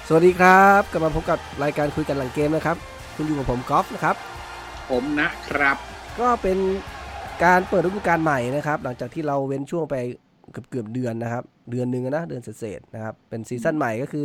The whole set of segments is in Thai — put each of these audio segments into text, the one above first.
สวัสดีครับกลับมาพบกับรายการคุยกันหลังเกมนะครับคุณอยู่กับผมกอล์ฟนะครับผมนะครับก็เป็นการเปิดฤดูกาลใหม่นะครับหลังจากที่เราเว้นช่วงไปเกือบเดือนนะครับเดือนนึงนะเดือนเศษๆนะครับเป็นซีซั่นใหม่ก็คือ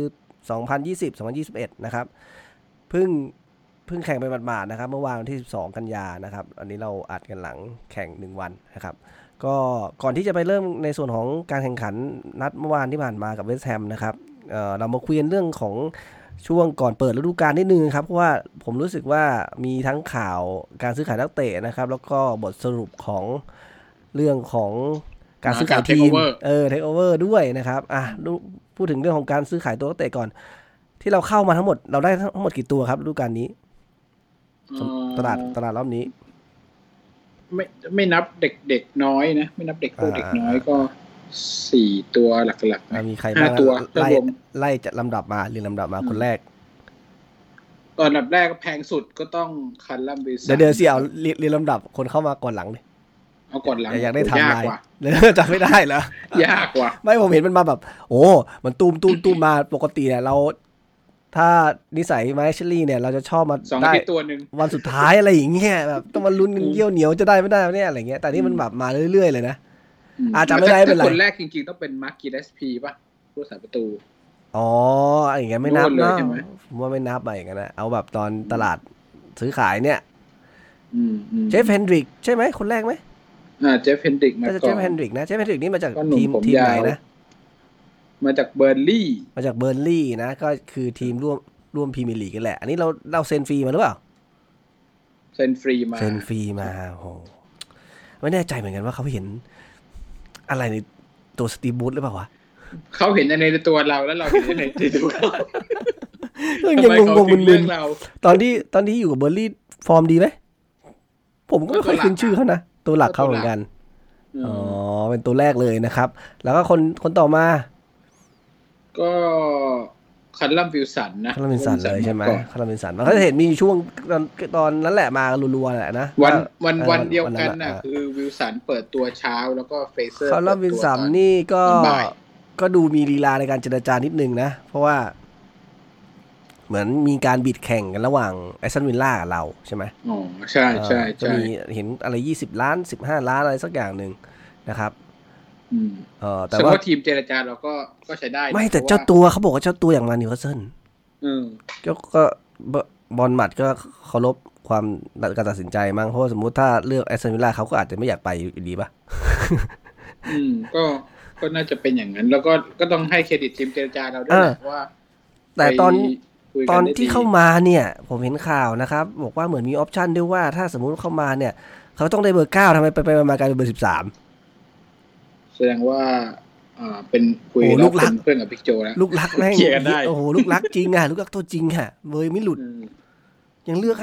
2020-2021นะครับเพิ่งแข่งไปหมาดๆนะครับเมื่อวานวันที่12กันยายนนะครับอันนี้เราอัดกันหลังแข่ง1วันนะครับก็ก่อนที่จะไปเริ่มในส่วนของการแข่งขันนัดเมื่อวานที่ผ่านมากับเวสต์แฮมนะครับเรามาคุยเรื่องของช่วงก่อนเปิดฤดูกาลนิดนึงครับเพราะว่าผมรู้สึกว่ามีทั้งข่าวการซื้อขายนักเตะนะครับแล้วก็บทสรุปของเรื่องของการซื้อขายทีมเทคโอเวอร์ด้วยนะครับพูดถึงเรื่องของการซื้อขายตัวนักเตะก่อนที่เราเข้ามาทั้งหมดเราได้ทั้งหมดกี่ตัวครับฤดูกาลนี้ตลาดรอบนี้ไม่นับเด็กน้อยนะไม่นับเด็กพวกเด็กน้อยก็4ตัวหลักๆมีใครบ้าง 5ตัวไล่จะลำดับมาเรียงลำดับมาคนแรกตอนลำดับแรกก็แพงสุดก็ต้องคันลัมวิลสันเดี๋ยวสิเอาเรียงลำดับคนเข้ามาก่อนหลังดิเอาก่อนหลังอยากได้ทำลายเลยจำไม่ได้เหรอยากกว่าไม่ผมเห็นมันมาแบบโอ้มันตูมมาปกติเนี่ยเราถ้านิสัยไมเชลลี่เนี่ยเราจะชอบมาได้ตัวนึงวันสุดท้ายอะไรอย่างเงี้ยแบบต้องมาลุ้นกันเยี่ยวเหนียวจะได้ไม่ได้เนี่ยอะไรเงี้ยแต่นี่มันแบบมาเรื่อยๆเลยนะจำไม่ได้เป็นไรคนแรกจริงๆต้องเป็นมาร์กิเลสพีป่ะผู้รักษาประตูอ๋ออย่างเงี้ยไม่นับเนาะผมว่าไม่นับไปอย่างเงี้ยนะเอาแบบตอนตลาดซื้อขายเนี่ยเจฟเฮนดริกใช่ไหมคนแรกไหมเจฟเฮนดริกมาก่อนเจฟเฮนดริกนะเจฟเฮนดริกนี่มาจากทีมไหนนะมาจากเบอร์ลี่นะก็คือทีมร่วมพรีเมียร์ลีกกันแหละอันนี้เราเซ็นฟรีมาหรือเปล่าเซ็นฟรีมาโหไม่แน่ใจเหมือนกันว่าเขาเห็นอะไรในตัวสตีบูธหรือเปล่าวะเขาเห็นในตัวเราแล้วเราเห็นในตัวเขายังงงมึนๆตอนที่อยู่กับเบอร์ลี่ฟอร์มดีไหมผมก็ไม่ค่อยคุ้นชื่อเขานะตัวหลักเขาเหมือนกันอ๋อเป็นตัวแรกเลยนะครับแล้วก็คนต่อมาก็คันลัมวิลสันนะคันลัมวิลสันเลยใช่ไหมคันลัมวิลสันมันก็จะเห็นมีช่วงตอนนั้นแหละมารัวๆแหละนะวันเดียวกันน่ะคือวิลสันเปิดตัวเช้าแล้วก็เฟเซอร์คันลัมวิลสันนี่ก็ดูมีลีลาในการเจรจานิดนึงนะเพราะว่าเหมือนมีการบิดแข่งกันระหว่างแอสตันวิลล่ากับเราใช่ไหมอ๋อใช่จะมีเห็นอะไร20 ล้าน15 ล้านอะไรสักอย่างนึงนะครับแต่ว่าทีมเจรจาเราก็ใช้ได้ไม่แต่เจ้าตัวเขาบอกว่าเจ้าตัวอย่างมานิวคาสเซิลก็บอลหมัดก็เคารพความการตัดสินใจมั้งเพราะสมมุติถ้าเลือกแอสตันวิลล่าเขาก็อาจจะไม่อยากไปอยู่ดีป่ะก็น่าจะเป็นอย่างนั้นแล้วก็ต้องให้เครดิตทีมเจรจาเราด้วยว่าแต่ตอนที่เข้ามาเนี่ยผมเห็นข่าวนะครับบอกว่าเหมือนมีออปชั่นด้วยว่าถ้าสมมุติเข้ามาเนี่ยเขาต้องได้เบอร์9ทำไมไปมากลายเป็นเบอร์13 แสดงว่าเป็นคุยแล้วเป็นเพื่อนกับบิ๊กโจแล้วลูกรักแม่งโอ้โหลูกรักจริงอ่ะลูกรักตัวจริงอ่ะเบอร์ไม่หลุดยังเลือก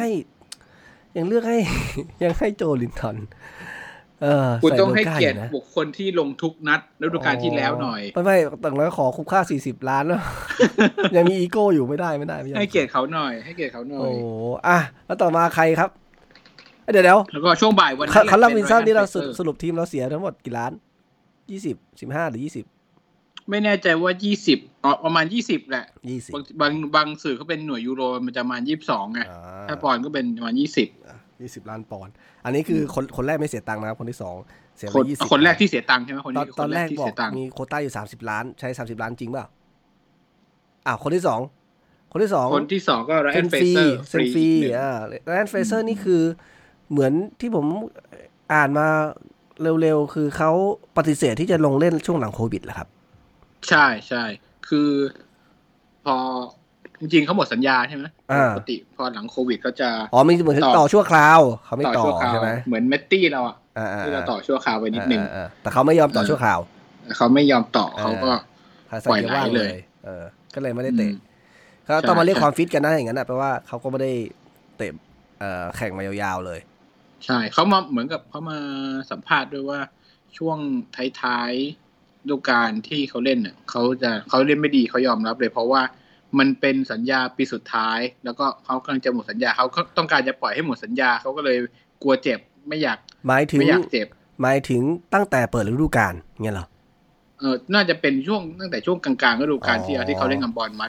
ให้โจลินตันคุณต้องให้เกียรติบุคคลที่ลงทุกนัดฤดูกาลที่แล้วหน่อยไม่ต่างแล้วขอคุ้มค่า40 ล้านแล้วยังมีอีโก้อยู่ไม่ได้ให้เกียรติเขาหน่อยโอ้แล้วต่อมาใครครับเดี๋ยวแล้วก็ช่วงบ่ายวันนั้นคันลัมวิลสันนี่เราสรุปทีมเราเสียทั้งหมดกี่ล้าน20 15หรือ20 ไม่แน่ใจว่า20ประมาณ20แหละบางสื่อเขาเป็นหน่วยยูโรมันจะประมาณ22ไงถ้าปอนด์ก็เป็นประมาณ20 ล้านปอนด์อันนี้คือคนแรกไม่เสียตังค์นะครับคนที่2เสียไป 20คนแรกที่เสียตังค์ใช่ไหมคนนี้ตอนแรกบอกมีโควต้าอยู่30 ล้านใช้30 ล้านจริงเปล่าคนที่2 ก็ไรอันเฟเซอร์ฟรีไรอันเฟเซอร์นี่คือเหมือนที่ผมอ่านมาเร็วๆคือเขาปฏิเสธที่จะลงเล่นช่วงหลังโควิดแหละครับใช่คือพอจริงๆเขาหมดสัญญาใช่ไหมปกติพอหลังโควิดเขาจะมีเหมือนต่อชั่วคราวเขาไม่ต่อใช่ไหมเหมือนเมตตี้เราที่เราต่อชั่วคราวไว้นิดนึงแต่เขาไม่ยอมต่อชั่วคราวเขาไม่ยอมต่อเขาก็ปล่อยไหลเลยก็เลยไม่ได้เตะเขาต้องมาเรียกความฟิตกันนะอย่างนั้นนะแปลว่าเขาก็ไม่ได้เตะแข่งมายาวๆเลยใช่เขามาเหมือนกับเขามาสัมภาษณ์ด้วยว่าช่วงท้ายๆฤดูกาลที่เขาเล่นเนี่ยเขาเล่นไม่ดีเขายอมรับเลยเพราะว่ามันเป็นสัญญาปีสุดท้ายแล้วก็เขากำลังจะหมดสัญญาเขาต้องการจะปล่อยให้หมดสัญญาเขาก็เลยกลัวเจ็บไม่อยากไม่อยากเจ็บหมายถึงตั้งแต่เปิดฤดูกาลเงี้ยเหรอน่าจะเป็นช่วงตั้งแต่ช่วงกลางๆฤดูกาลที่เขาเล่นกับบอลมัดอ่ะ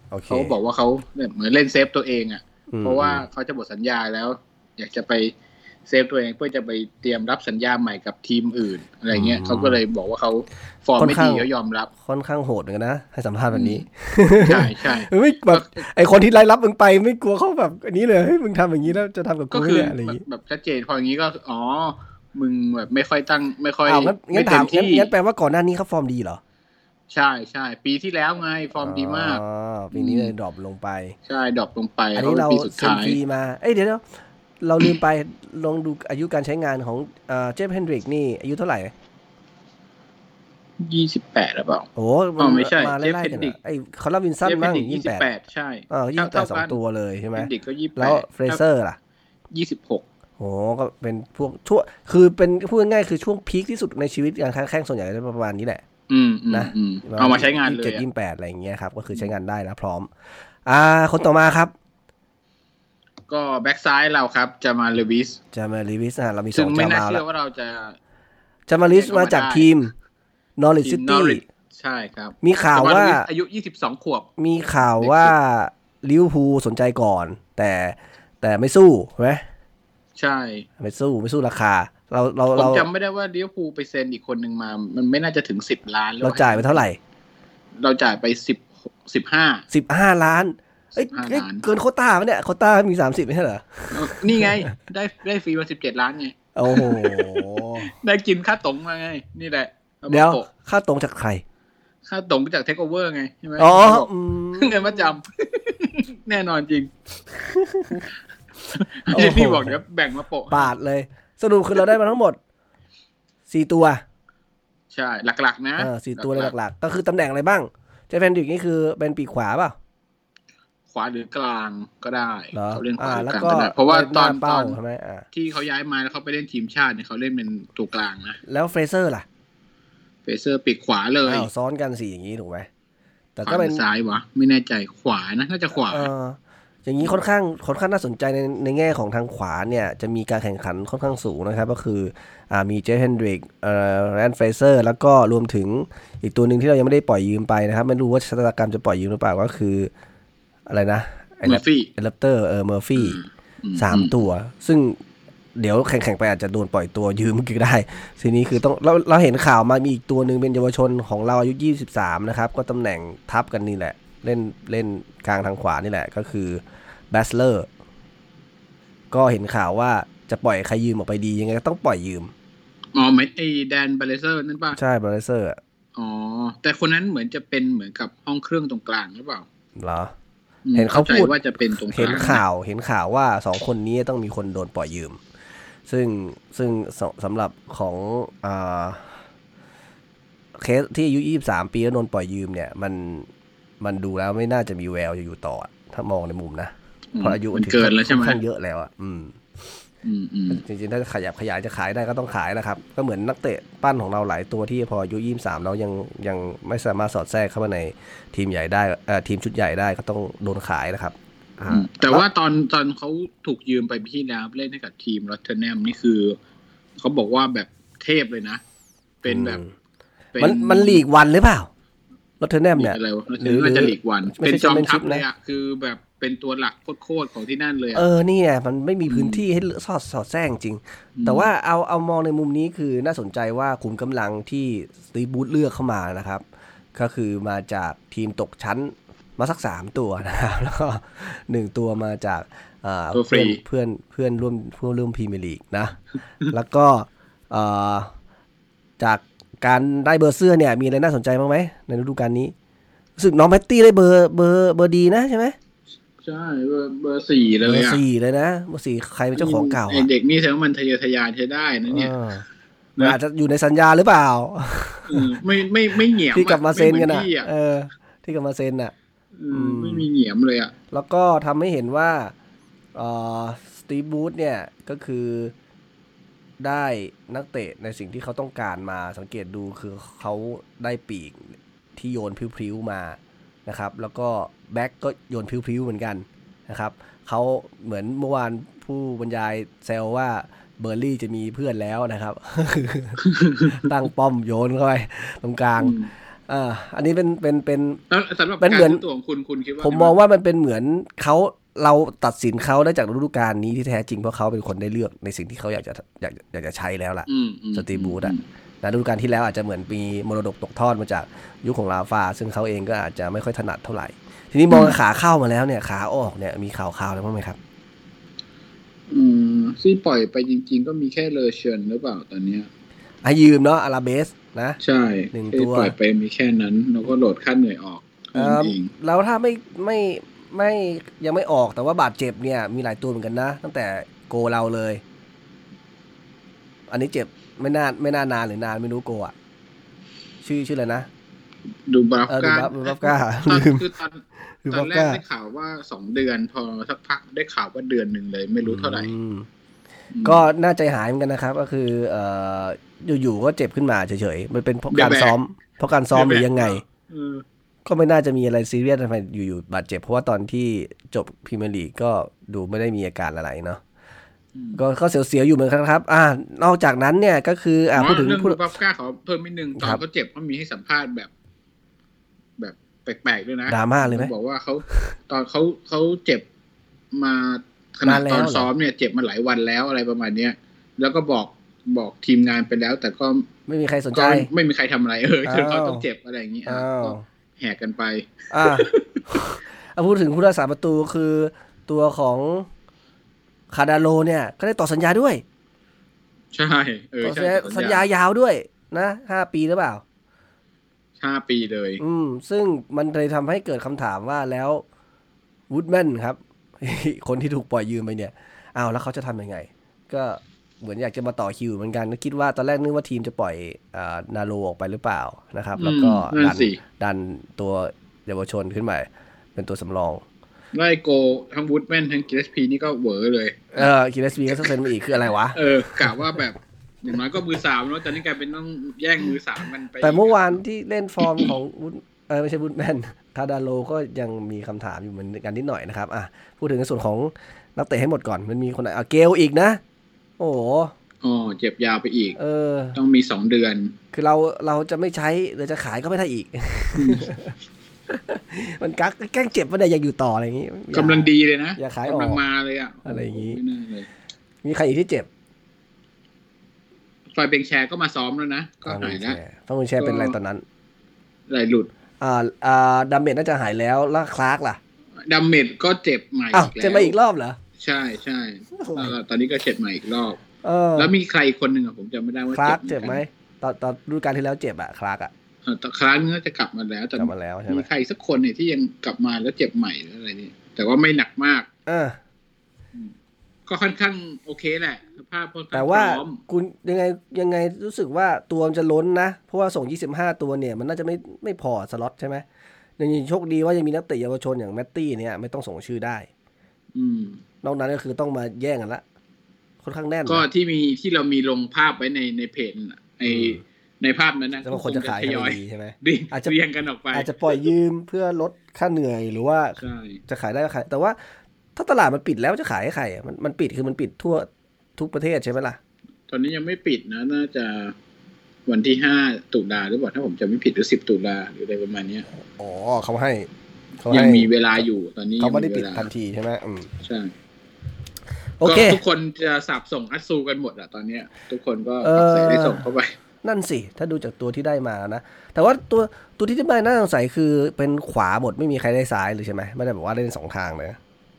โอเคเขาบอกว่าเขาเหมือนเล่นเซฟตัวเองอ่ะเพราะว่าเขาจะหมดสัญญาแล้วอยากจะไปเซฟตัวเองเพื่อจะไปเตรียมรับสัญญาใหม่กับทีมอื่นอะไรเงี้ยเขาก็เลยบอกว่าเขาฟอร์มไม่ดีเขายอมรับค่อนข้างโหดเหมือนกันนะให้สัมภาษณ์แบบนี้ใช่ใช่ไม่แบบไอคนที่ไล่รับมึงไปไม่กลัวเขาแบบอันนี้เลยเฮ้ยมึงทำอย่างนี้แล้วจะทำกับกูเนี่ยอะไรอย่างนี้แบบชัดเจนพออย่างนี้ก็อ๋อมึงแบบไม่ค่อยตั้งไม่ค่อยงั้นถามงั้นแปลว่าก่อนหน้านี้เขาฟอร์มดีเหรอใช่ใช่ปีที่แล้วไงฟอร์มดีมากปีนี้เลยดรอปลงไปใช่ดรอปลงไปอันนี้เราเซ็นฟรีมาเดี๋ยวเราลืมไปลองดูอายุการใช้งานของเจฟเฮนดริกนี่อายุเท่าไหร่ 28หรือเปล่าโอ้ไม่ใช่มาไล่ๆกันไอ้คอร์ลวินสันมั่ง 28ใช่ 28 2ตัวเลยใช่ไหมเฮนดริกก็28 แล้วเฟรเซอร์ล่ะ 26 โอ้ก็เป็นพวกช่วงคือเป็นพูดง่ายๆคือช่วงพีคที่สุดในชีวิตการค้าแข่งส่วนใหญ่จะประมาณนี้แหละนะเอามาใช้งานเลย 27 28อะไรอย่างเงี้ยครับก็คือใช้งานได้แล้วพร้อมคนต่อมาครับก็แบ็กซ้ายเราครับจะมาเลวิสเรามี2 ซึ่งไม่น่าเชื่อว่าเราจะมาลิสมาจากทีมนอริทซิตี้ใช่ครับมีข่าวว่าอายุ22ขวบมีข่าวว่าลิเวอร์พูลสนใจก่อนแต่ไม่สู้ใช่ไหมใช่ไม่สู้ราคาผมจำไม่ได้ว่าลิเวอร์พูลไปเซ็นอีกคนหนึ่งมามันไม่น่าจะถึง10 ล้านเราจ่ายไปเท่าไหร่เราจ่ายไป15 ล้านเกินโควต้ามั้ยเนี่ยโควต้ามี30ไม่ใช่เหรอนี่ไงได้ฟรีมา17 ล้านไงโอ้โหได้กินค่าต๋งมาไงนี่แหละเดี๋ยวค่าต๋งจากใครค่าต๋งจากเทคโอเวอร์ไงใช่ไหมเงินประจำแน่นอนจริงพี่บอกเดี๋ยวแบ่งมาโปะปาดเลยสรุปคือเราได้มาทั้งหมด4ตัวใช่หลักๆนะ 4ตัวเลยหลักๆก็คือตำแหน่งอะไรบ้างเจฟเฟนดิกนี่คือเป็นปีกขวาป่ะขวาหรือกลางก็ได้เขาเล่นขวาหรือกลางก็ได้เพราะว่าตอนใช่ไหมที่เขาย้ายมาแล้วเขาไปเล่นทีมชาติเนี่ยเขาเล่นเป็นตัวกลางนะแล้วเฟเซอร์ล่ะเฟเซอร์ปีกขวาเลยซ้อนกัน4อย่างนี้ถูกไหมแต่ก็เป็นซ้ายวะไม่แน่ใจขวานะน่าจะขวาอย่างนี้ค่อนข้างน่าสนใจในแง่ของทางขวาเนี่ยจะมีการแข่งขันค่อนข้างสูงนะครับก็คือมีเจฟเฮนดริกแรนด์เฟเซอร์แล้วก็รวมถึงอีกตัวหนึ่งที่เรายังไม่ได้ปล่อยยืมไปนะครับไม่รู้ว่าชะตากรรมจะปล่อยยืมหรือเปล่าก็คืออะไรนะเมอร์ฟี่เอลัปเตอร์เมอร์ฟี่3ตัวซึ่งเดี๋ยวแข่งไปอาจจะโดนปล่อยตัวยืมก็ได้ทีนี้คือต้องเราเห็นข่าวมามีอีกตัวหนึ่งเป็นเยาวชนของเราอายุ23นะครับก็ตำแหน่งทับกันนี่แหละเล่นกลางทางขวานี่แหละก็คือแบสเลอร์ก็เห็นข่าวว่าจะปล่อยใครยืมออกไปดียังไงก็ต้องปล่อยยืมไม่ไอแดนบาเลเซอร์นั่นป่ะใช่บาเลเซอร์แต่คนนั้นเหมือนจะเป็นเหมือนกับห้องเครื่องตรงกลางหรือเปล่าเหรอเห็นเขาพูดว่าจะเป็นตรงกลางเห็นข่าวว่า2คนนี้ต้องมีคนโดนปล่อยยืมซึ่งสำหรับของเคสที่อายุ23 ปีแล้วโดนปล่อยยืมเนี่ยมันดูแล้วไม่น่าจะมีแววจะอยู่ต่อถ้ามองในมุมนะเพราะอายุมันเกินแล้วใช่ไหมค่อนข้างเยอะแล้วจริงๆถ้าขยายจะขายได้ก็ต้องขายนะครับก็เหมือนนักเตะปั้นของเราหลายตัวที่พออายุ23แล้วยังไม่สามารถสอดแทรกเข้ามาในทีมใหญ่ได้ทีมชุดใหญ่ได้ก็ต้องโดนขายนะครับแต่ว่าตอนเขาถูกยืมไปที่แล้วเล่นให้กับทีมรอตเทอร์แนมนี่คือเขาบอกว่าแบบเทพเลยนะเป็นแบบมันลีกวันหรือเปล่ารอตเทอร์แนมเนี่ยหรือน่าจะลีกวันเป็นจอมทัพเลยอ่ะคือแบบเป็นตัวหลักโคตรของที่นั่นเลยนี่ไงมันไม่มีพื้นที่ให้สอดแทรกจริงแต่ว่าเอามองในมุมนี้คือน่าสนใจว่าขุมกำลังที่สตีฟบูธเลือกเข้ามานะครับก็คือมาจากทีมตกชั้นมาสัก3ตัวนะครับแล้วก็1ตัวมาจากเพื่อนร่วมพรีเมียร์ลีกนะแล้วก็จากการได้เบอร์เสื้อเนี่ยมีอะไรน่าสนใจบ้างไหมในฤดูกาลนี้รู้สึกน้องแพตตี้ได้เบอร์ดีนะใช่ไหมใช่เบอร์4เลยอ่ะ 4เลยนะเบอร์4ใครเป็นเจ้าของเก่าเด็กนี่แสดงว่ามันทะเยอทะยานใช้ได้นะเนี่ยอาจจะอยู่ในสัญญาหรือเปล่าไม่เหนียมที่กลับมาเซ็นกันอ่ะที่กลับมาเซ็นอ่ะไม่มีเหนียมเลยอ่ะแล้วก็ทำให้เห็นว่าสตีฟบูธเนี่ยก็คือได้นักเตะในสิ่งที่เขาต้องการมาสังเกตดูคือเขาได้ปีกที่โยนพลิ้วๆมานะครับแล้วก็แบ็กก็โยนพลิ้วๆเหมือนกันนะครับเขาเหมือนเมื่อวานผู้บรรยายแซวว่าเบอร์ลี่จะมีเพื่อนแล้วนะครับ ตั้งป้อมโยนเข้าไปตรงกลางอันนี้เป็นแล้วสำหรับเป็นการเหมือนซื้อตัวของคุณคิดว่าผมมองว่ามันเป็นเหมือนเราตัดสินเขาได้จากฤดูกาลนี้ที่แท้จริงเพราะเขาเป็นคนได้เลือกในสิ่งที่เขาอยากจะใช้แล้วล่ะสตีฟ บูธฤดูกาลที่แล้วอาจจะเหมือนมีมรดกตกทอดมาจากยุคของลาฟาซึ่งเขาเองก็อาจจะไม่ค่อยถนัดเท่าไหร่ทีนี้มองขาเข้ามาแล้วเนี่ยขาออกเนี่ยมีข่าวอะไรบ้างไหมครับที่ปล่อยไปจริงๆก็มีแค่เลอเชนหรือเปล่าตอนเนี้ยยืมเนาะอาราเบสนะใช่ 1 ตัวปล่อยไปมีแค่นั้นแล้วก็โหลดค่าเหนื่อยออกแล้วถ้าไม่ยังไม่ออกแต่ว่าบาดเจ็บเนี่ยมีหลายตัวเหมือนกันนะตั้งแต่โกเราเลยอันนี้เจ็บไม่น่านานหรือนานไม่รู้โกอ่ะชื่ออะไรนะดูบาฟก้าคือตอนแรกได้ข่าวว่า2 เดือนพอสักพักได้ข่าวว่า1 เดือนเลยไม่รู้เท่าไหร่ก็น่าใจหายเหมือนกันนะครับก็คืออยู่ๆก็เจ็บขึ้นมาเฉยๆมันเป็นเพราะการซ้อมหรือยังไงก็ไม่น่าจะมีอะไรซีเรียสทำไมอยู่ๆบาดเจ็บเพราะว่าตอนที่จบพรีเมียร์ลีกก็ดูไม่ได้มีอาการอะไรเนาะก็เสียวๆอยู่เหมือนกันครับนอกจากนั้นเนี่ยก็คือพูดถึงบัฟก้าเขาเพิ่มนิดนึงตอนเขาเจ็บเขามีให้สัมภาษณ์แบบแปลกๆด้วยนะดราม่าเลยไหมบอกว่าเขาตอนเขาเจ็บมาขนาดตอนซ้อมเนี่ยเจ็บมาหลายวันแล้วอะไรประมาณเนี้ยแล้วก็บอกทีมงานไปแล้วแต่ก็ไม่มีใครสนใจไม่มีใครทำอะไรจนเขาต้องเจ็บอะไรอย่างนี้ก็แหกกันไปพูดถึงผู้รักษาประตูคือตัวของคาดาโลเนี่ยก็ได้ต่อสัญญาด้วยใช่ต่อสัญญายาวด้วยนะ5 ปีหรือเปล่า 5 ปีเลยซึ่งมันเลยทำให้เกิดคำถามว่าแล้ววูดแมนครับ คนที่ถูกปล่อยยืมไปเนี่ยแล้วเขาจะทำยังไงก็เหมือนอยากจะมาต่อคิวเหมือนกันก็คิดว่าตอนแรกนึกว่าทีมจะปล่อยนาโรออกไปหรือเปล่านะครับแล้วก็ดันตัวเยาวชนขึ้นมาเป็นตัวสำรองไล่โกทั้งวูดแมนทั้งกิเลสพีนี่ก็เหวอเลยกิเลสพีก็เซ็นมาอีกคืออะไรวะกะว่าแบบอย่างน้อยก็มือ3แล้วตอนนี้กลายเป็นต้องแย่งมือ3กันไปแต่เมื่อวานที่เล่นฟอร์มของไม่ใช่วูดแมนคาดาโลก็ยังมีคำถามอยู่เหมือนกันนิดหน่อยนะครับพูดถึงในส่วนของนักเตะให้หมดก่อนมันมีคนไหนเกลอีกนะโอ้เจ็บยาวไปอีกต้องมี2 เดือนคือเราจะไม่ใช้หรือจะขายก็ไม่ได้อีก มันกักแกล้งเจ็บไม่ได้อยากอยู่ต่ออะไรอย่างนี้กำลังดีเลยนะอย่าขายออกกำลังมาเลยอะไรอย่างนี้มีใครอีกที่เจ็บฟอยเบงแชร์ก็มาซ้อมแล้วนะก็หายแล้วฟอยเบงแชร์เป็นอะไรตอนนั้นไหลหลุดดัมเมจน่าจะหายแล้วคลาร์กล่ะดัมเมจก็เจ็บใหม่อีกแล้วเจ็บมาอีกรอบเหรอใช่ตอนนี้ก็เจ็บใหม่อีกรอบแล้วมีใครอีกคนหนึ่งผมจำไม่ได้ว่าเจ็บไหมตอนฤดูกาลที่แล้วเจ็บคลาร์กแต่ครั้งนี้จะกลับมาแล้วใช่ไหมมีใครสักคนเนี่ยที่ยังกลับมาแล้วเจ็บใหม่หรืออะไรนี่แต่ว่าไม่หนักมากก็ค่อนข้างโอเคแหละสภาพค่อนข้างแต่ว่าคุณยังไงรู้สึกว่าตัวมันจะล้นนะเพราะว่าส่ง25 ตัวเนี่ยมันน่าจะไม่พอสล็อตใช่ไหมยังโชคดีว่ายังมีนักเตะเยาวชนอย่างแมตตี้เนี่ยไม่ต้องส่งชื่อได้นอกนั้นก็คือต้องมาแย่งกันละค่อนข้างแน่นก็ที่เรามีลงภาพไว้ในเพจในภาพนั้นนะบางคนจะขายดีใช่ไหมอาจจะเรียงกันออกไปอาจจะปล่อยยืมเพื่อลดค่าเหนื่อยหรือว่าจะขายได้ก็ขายแต่ว่าถ้าตลาดมันปิดแล้วจะขายให้ใครมันปิดคือมันปิดทั่วทุกประเทศใช่ไหมล่ะตอนนี้ยังไม่ปิดนะน่าจะวันที่5 ตุลาหรือเปล่าถ้าผมจำไม่ผิดหรือ10 ตุลาหรืออะไรประมาณนี้เขาให้ยังมีเวลาอยู่ตอนนี้เขาไม่ได้ปิดทันทีใช่ไหมใช่โอเคทุกคนจะสับส่งอัดซูกันหมดอะตอนนี้ทุกคนก็ใส่ได้ส่งเข้าไปนั่นสิถ้าดูจากตัวที่ได้มานะแต่ว่าตัวที่ได้น่าสงสัยคือเป็นขวาหมดไม่มีใครได้ซ้ายเลยใช่ไหมไม่ได้บอกว่าเล่น2 ทางเลย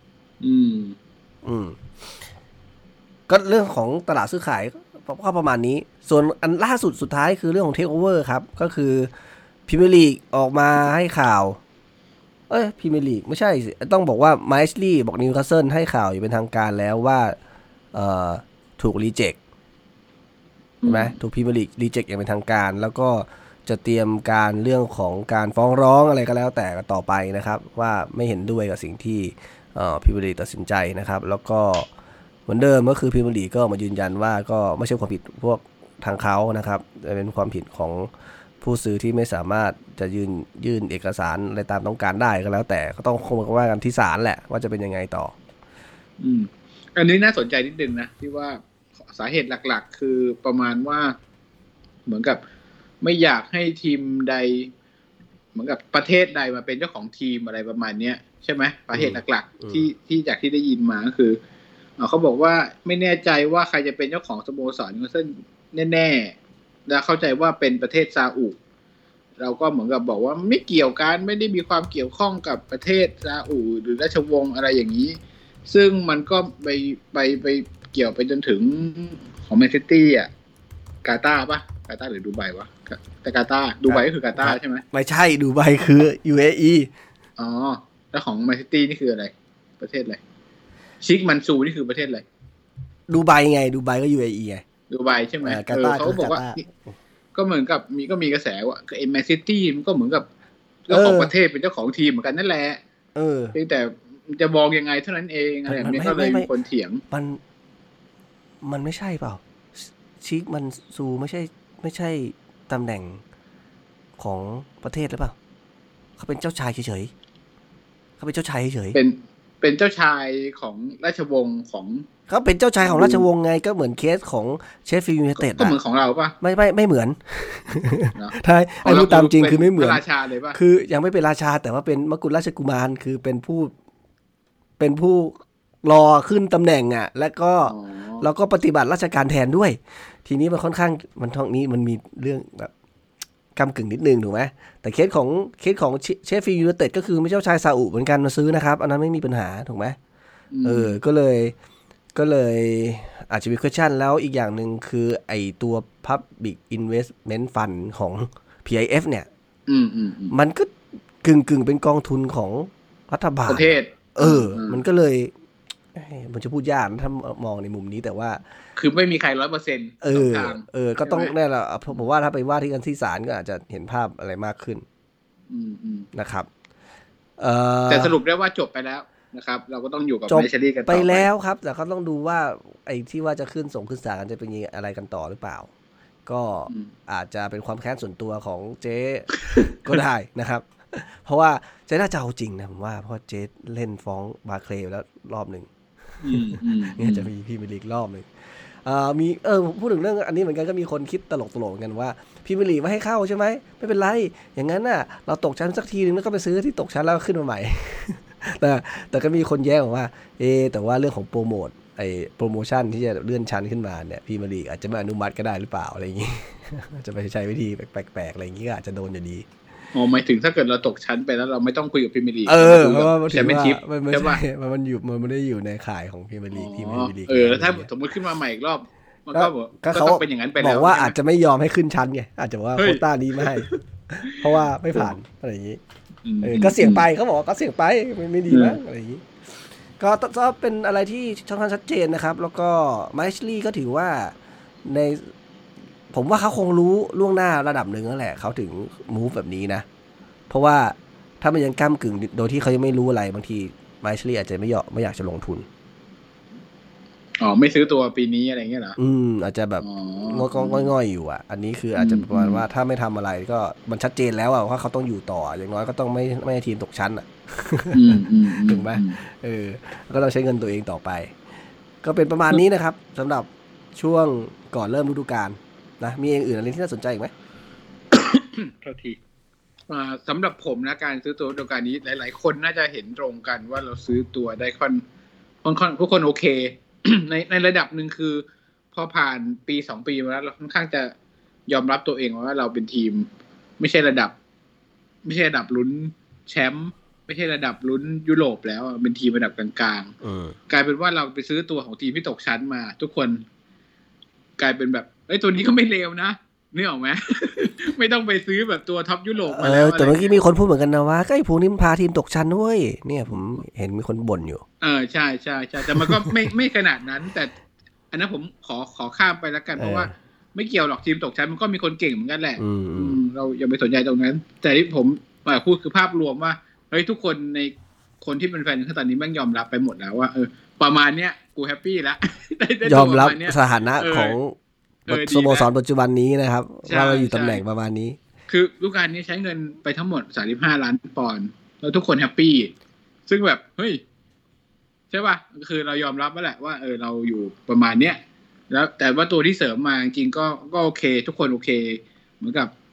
ก็เรื่องของตลาดซื้อขายก็ประมาณนี้ส่วนอันล่าสุดท้ายคือเรื่องของเทคโอเวอร์ครับก็คือพรีเมียร์ลีกออกมาให้ข่าวพรีเมียร์ลีกไม่ใช่สิต้องบอกว่าไมซ์ลี่บอกนิวคาสเซิลให้ข่าวอยู่เป็นทางการแล้วว่าถูกรีเจ็คใช่ไหมถูกพรีเมียร์ลีกรีเจ็คอย่างเป็นทางการแล้วก็จะเตรียมการเรื่องของการฟ้องร้องอะไรก็แล้วแต่ต่อไปนะครับว่าไม่เห็นด้วยกับสิ่งที่พรีเมียร์ลีกตัดสินใจนะครับแล้วก็เหมือนเดิมก็คือพรีเมียร์ลีกก็มายืนยันว่าก็ไม่ใช่ความผิดพวกทางเขานะครับแต่เป็นความผิดของผู้ซื้อที่ไม่สามารถจะยื่นเอกสารอะไรตามต้องการได้ก็แล้วแต่ก็ต้องคงว่ากันที่ศาลแหละว่าจะเป็นยังไงต่ออันนี้น่าสนใจนิดนึงนะที่ว่าสาเหตุหลักๆคือประมาณว่าเหมือนกับไม่อยากให้ทีมใดเหมือนกับประเทศใดมาเป็นเจ้าของทีมอะไรประมาณเนี้ยใช่ไหมสาเหตุหลักๆที่จากที่ได้ยินมาก็คือเขาบอกว่าไม่แน่ใจว่าใครจะเป็นเจ้าของสโมสรนิวคาสเซิลแน่ๆและเข้าใจว่าเป็นประเทศซาอุเราก็เหมือนกับบอกว่าไม่เกี่ยวกันไม่ได้มีความเกี่ยวข้องกับประเทศซาอุหรือราชวงศ์อะไรอย่างนี้ซึ่งมันก็ไปเกี่ยวไปจนถึงของแมนซิตี้อ่ะกาตาร์ป่ะกาตาร์หรือดูไบวะแต่กาตาร์ดูไบก็คือกาตาร์ใช่ไหมไม่ใช่ดูไบคือ UAE อ๋อแล้วของแมนซิตี้นี่คืออะไรประเทศอะไรชิคมันซูนี่คือประเทศอะไรดูไบไงดูไบก็ UAE ไงดูไบใช่ไหมกาตาร์เขาบอกว่าก็เหมือนกับมีกระแสว่าไอ้แมนซิตี้มันก็เหมือนกับเจ้าของประเทศเป็นเจ้าของทีมเหมือนกันนั่นแหละเพียงแต่จะมองยังไงเท่านั้นเองอะไรแบบนี้ก็เลยมีคนเถียงมันไม่ใช่เปล่าชิคมันซูไม่ใช่ตำแหน่งของประเทศหรือเปล่าเขาเป็นเจ้าชายเฉยๆเขาเป็นเจ้าชายเฉยๆเป็นเจ้าชายของราชวงศ์ของเขาเป็นเจ้าชายของราชวงศ์ไงก็เหมือนเคสของเชฟฟิลด์ยูไนเต็ดก็เหมือนของเราป่ะไม่เหมือนใช่ไอ้พูดตามจริงคือไม่เหมือนราชาเลยป่ะคือยังไม่เป็นราชาแต่ว่าเป็นมกุฎราชกุมารคือเป็นผู้รอขึ้นตำแหน่งอ่ะแล้วก็ปฏิบัติราชการแทนด้วยทีนี้มันค่อนข้างมันท้องนี้มันมีเรื่องแบบกำกึ่งนิดนึงถูกไหมแต่เคสของเชฟฟิลด์ยูไนเต็ดก็คือไม่เจ้าชายซาอุเหมือนกันมาซื้อนะครับอันนั้นไม่มีปัญหาถูกไหมก็เลยอาจจะมี question แล้วอีกอย่างหนึ่งคือไอตัว Public Investment Fund ของ PIF เนี่ยมันก็กึ่งเป็นกองทุนของรัฐบาลประเทศมันก็เลยมันจะพูดยากถ้ามองในมุมนี้แต่ว่าคือไม่มีใคร 100% ก็ต้องแน่ละผมว่าถ้าไปว่าที่กันที่ศาลก็อาจจะเห็นภาพอะไรมากขึ้นนะครับแต่สรุปได้ว่าจบไปแล้วนะครับเราก็ต้องอยู่กับแมชลี่กันต่อไปแล้วครับแต่เขาต้องดูว่าไอ้ที่ว่าจะส่งขึ้นศาลกันจะเป็นอะไรกันต่อหรือเปล่าก็อาจจะเป็นความแค้นส่วนตัวของเจ๊ก็ได้นะครับเพราะว่าเจ๊น่าจะเอาจริงนะผมว่าเพราะเจ๊เล่นฟ้องบาร์เคลย์แล้วรอบนึงเนี่ยจะมีพรีเมียร์ลีกรอบนึงมีพูดถึงเรื่องอันนี้เหมือนกันก็มีคนคิดตลกกันว่าพรีเมียร์ลีกไม่ให้เข้าใช่ไหมไม่เป็นไรอย่างนั้นน่ะเราตกชั้นสักทีนึงแล้วก็ไปซื้อที่ตกชั้นแล้วขึ้นมาใหม่แต่ก็มีคนแย้งบอกว่าแต่ว่าเรื่องของโปรโมชั่นที่จะเลื่อนชั้นขึ้นมาเนี่ยพรีเมียร์ลีกอาจจะไม่อนุมัติก็ได้หรือเปล่าอะไรอย่างงี้จะไปใช้วิธีแปลกๆอะไรอย่างงี้ก็อาจจะโดนอยู่ดีหมายถึงถ้าเกิดเราตกชั้นไปแล้วเราไม่ต้องคุยกับพรีเมียร์ลีกเพราะว่าแชมเปี้ยนชิพใช่ป่ะมันไม่ได้อยู่ในข่ายของพรีเมียร์ลีกแล้วถ้าสมมติขึ้นมาใหม่อีกรอบมันก็ต้องเป็นอย่างนั้นไปแล้วบอกว่าอาจจะไม่ยอมให้ขึ้นชั้นไงอาจจะว่าโควต้านี้ไม่ให้เพราะว่าไม่ผ่านอะไรอย่างงี้ก็เสี่ยงไปเขาบอกว่าก็เสี่ยงไปไม่ดีนะอะไรอย่างงี้ก็เป็นอะไรที่ค่อนข้างชัดเจนนะครับแล้วก็ไมค์ลี่ก็ถือว่าผมว่าเขาคงรู้ล่วงหน้าระดับหนึ่งแล้วแหละเขาถึงมูฟแบบนี้นะเพราะว่าถ้ามันยังก้ำกึ่งโดยที่เขายังไม่รู้อะไรบางทีไมค์ลี่อาจจะไม่อยากจะลงทุนไม่ซื้อตัวปีนี้อะไรเงี้ยเหรออาจจะแบบง่อยๆอยู่อ่ะอันนี้คืออาจจะประมาณว่าถ้าไม่ทำอะไรก็มันชัดเจนแล้วว่าเขาต้องอยู่ต่ออย่างน้อยก็ต้องไม่ให้ทีมตกชั้นอ่ะถึงไหมก็ต้องใช้เงินตัวเองต่อไปก็เป็นประมาณนี้นะครับสำหรับช่วงก่อนเริ่มฤดูกาลนะมีอย่างอื่นอะไรที่น่าสนใจอีกไหมโทษทีสำหรับผมนะการซื้อตัวฤดูกาลนี้หลายๆคนน่าจะเห็นตรงกันว่าเราซื้อตัวได้ค่อนทุกคนโอเค ในระดับหนึ่งคือพอผ่านปี2ปีมาแล้วเราค่อนข้างจะยอมรับตัวเองว่าเราเป็นทีมไม่ใช่ระดับลุ้นแชมป์ไม่ใช่ระดับลุ้นยุโรปแล้วเป็นทีมระดับกลางๆกลายเป็นว่าเราไปซื้อตัวของทีมที่ตกชั้นมาทุกคนกลายเป็นแบบตัวนี้ก็ไม่เลวนะนึกออกไหม ไม่ต้องไปซื้อแบบตัวท็อปยุโรปมาแล้วแต่เมื่อกี้มีคนพูดเหมือนกันนะว่าไอ้พวกนี้มันพาทีมตกชั้นด้วยเนี่ยผมเห็นมีคนบ่นอยู่ใช่แต่มันก็ไม่ขนาดนั้นแต่อันนั้นผมขอข้ามไปแล้วกันเพราะว่าไม่เกี่ยวหรอกทีมตกชั้นมันก็มีคนเก่งเหมือนกันแหละเราอย่าไปสนใจตรงนั้นแต่ที่ผมพูดคือภาพรวมว่าเฮ้ยทุกคนในคนที่เป็นแฟนตอนนี้แม่งยอมรับไปหมดแล้วว่าประมาณเนี้ยกูแฮปปี้แล้วยอมรับสถานะของสโมสรปัจจุบันนี้นะครับว่าเราอยู่ตำแหน่งประมาณนี้คือฤดูกาลนี้ใช้เงินไปทั้งหมด35ล้านปอนด์แล้วทุกคนแฮปปี้ซึ่งแบบเฮ้ยใช่ป่ะคือเรายอมรับแล้วแหละว่าเราอยู่ประมาณเนี้ยแล้วแต่ว่าตัวที่เสริมมาจริงๆก็โอเคทุกคนโอเคเหมือนกับ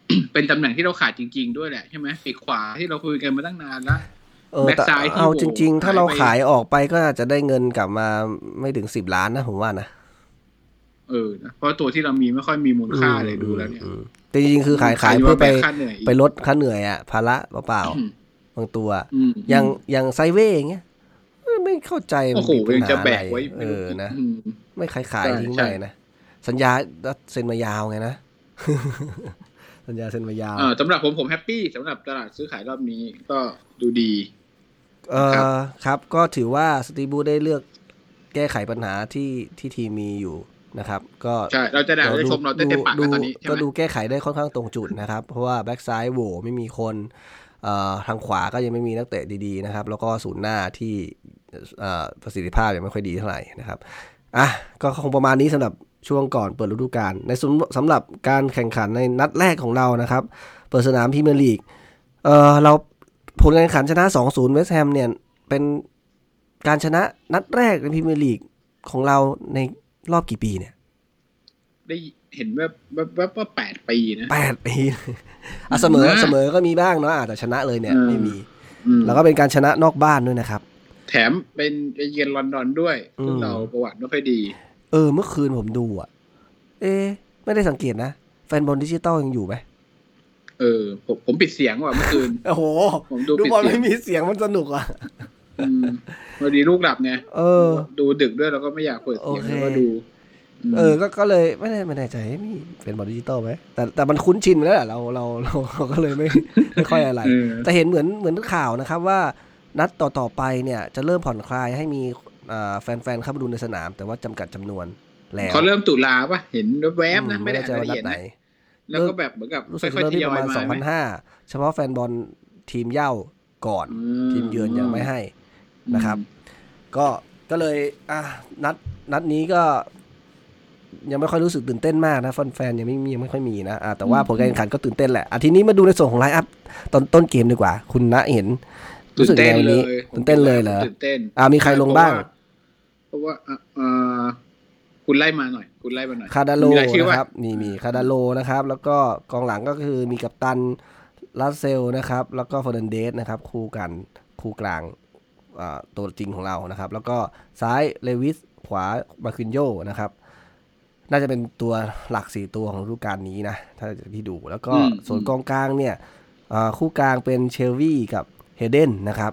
เป็นตำแหน่งที่เราขาดจริงๆด้วยแหละใช่ไหมปีกขวาที่เราคุยกันมาตั้งนานแล้วแบ็กแต่ซ้ายที่เอาจริงๆถ้าเราขายไปขายออกไปก็อาจจะได้เงินกลับมาไม่ถึง10 ล้านนะผมว่านะนะเพราะตัวที่เรามีไม่ค่อยมีมูลค่าเลยดูแล้วเนี่ยแต่จริงๆคือขายเพื่อไปลดค่าเหนื่อยภาระเปล่าๆบางตัวอย่างไซเว่อย่างเงี้ยไม่เข้าใจมันมีปัญหาอะไรนะไม่ขายทิ้งไปนะสัญญาเซ็นมายาวไงนะสัญญาเซ็นมายาวสำหรับผมแฮปปี้สำหรับตลาดซื้อขายรอบนี้ก็ดูดีครับก็ถือว่าสตีบูได้เลือกแก้ไขปัญหาที่ทีมมีอยู่นะครับก็ใช่เราจะได้ชมเราเต็มปากตอนนี้ก็ดูแก้ไขได้ค่อนข้างตรงจุดนะครับเพราะว่าแบ็กซ้ายโหว่ไม่มีคนทางขวาก็ยังไม่มีนักเตะดีๆนะครับแล้วก็ศูนย์หน้าที่ประสิทธิภาพยังไม่ค่อยดีเท่าไหร่นะครับก็คงประมาณนี้สำหรับช่วงก่อนเปิดฤดูกาลในสำหรับการแข่งขันในนัดแรกของเรานะครับเปิดสนามพรีเมียร์ลีกเราผลการแข่งขันชนะ 2-0 เวสต์แฮมเนี่ยเป็นการชนะนัดแรกในพรีเมียร์ลีกของเราในรอบกี่ปีเนี่ยได้เห็นว่า8 ปีนะ 8 ปีเสมอก็มีบ้างเนาะแต่ชนะเลยเนี่ยไม่มีแล้วก็เป็นการชนะนอกบ้านด้วยนะครับแถมเป็นเยือนลอนดอนด้วยซึ่งเราประวัติไม่ค่อยดีเมื่อคืนผมดูไม่ได้สังเกตนะแฟนบอลดิจิตอลยังอยู่ไหมผมปิดเสียงว่ะเมื่อคืนโอ้โหผมดูบอลไม่มีเสียงมันสนุกอ่ะพอดีลูกหลับไงดูดึกด้วยเราก็ไม่อยากเปิดเสียงแล้วก็ดูก็เลยไม่แน่ใจมีเป็นบอลดิจิตอลไหมแต่มันคุ้นชินแล้วแหละเราก็เลยไม่ค่อยอะไรแต่เห็นเหมือนข่าวนะครับว่านัดต่อไปเนี่ยจะเริ่มผ่อนคลายให้มีแฟนๆเข้ามาดูในสนามแต่ว่าจำกัดจำนวนแล้วเขาเริ่มตุลาป่ะเห็นแวบๆนะไม่ได้จะนัดไหนแล้วก็แบบเหมือนกับค่อยๆทยอยมา 2,500 เฉพาะแฟนบอลทีมเย่าก่อนทีมเยือนยังไม่ให้นะครับก็เลยนัดนี้ก็ยังไม่ค่อยรู้สึกตื่นเต้นมากนะแฟนยังไม่ค่อยมีนะแต่ว่าผลการแข่งขันก็ตื่นเต้นแหละทีนี้มาดูในส่วนของไลน์อัพตอนต้นเกมดีกว่าคุณณเห็นรู้สึกไงวันนี้ตื่นเต้นเลยเหรอมีใครลงบ้างเพราะว่าคุณไล่มาหน่อยคาดาโลนะครับมีคาดาโลนะครับแล้วก็กองหลังก็คือมีกัปตันลาเซลนะครับแล้วก็เฟอร์นันเดสนะครับคู่กลางตัวจริงของเรานะครับแล้วก็ซ้ายเลวิสขวามาคินโยนะครับน่าจะเป็นตัวหลัก4ตัวของฤดูกาลนี้นะถ้าที่ดูแล้วก็ส่วนกองกลางเนี่ยคู่กลางเป็นเชลวี่กับเฮเดนนะครับ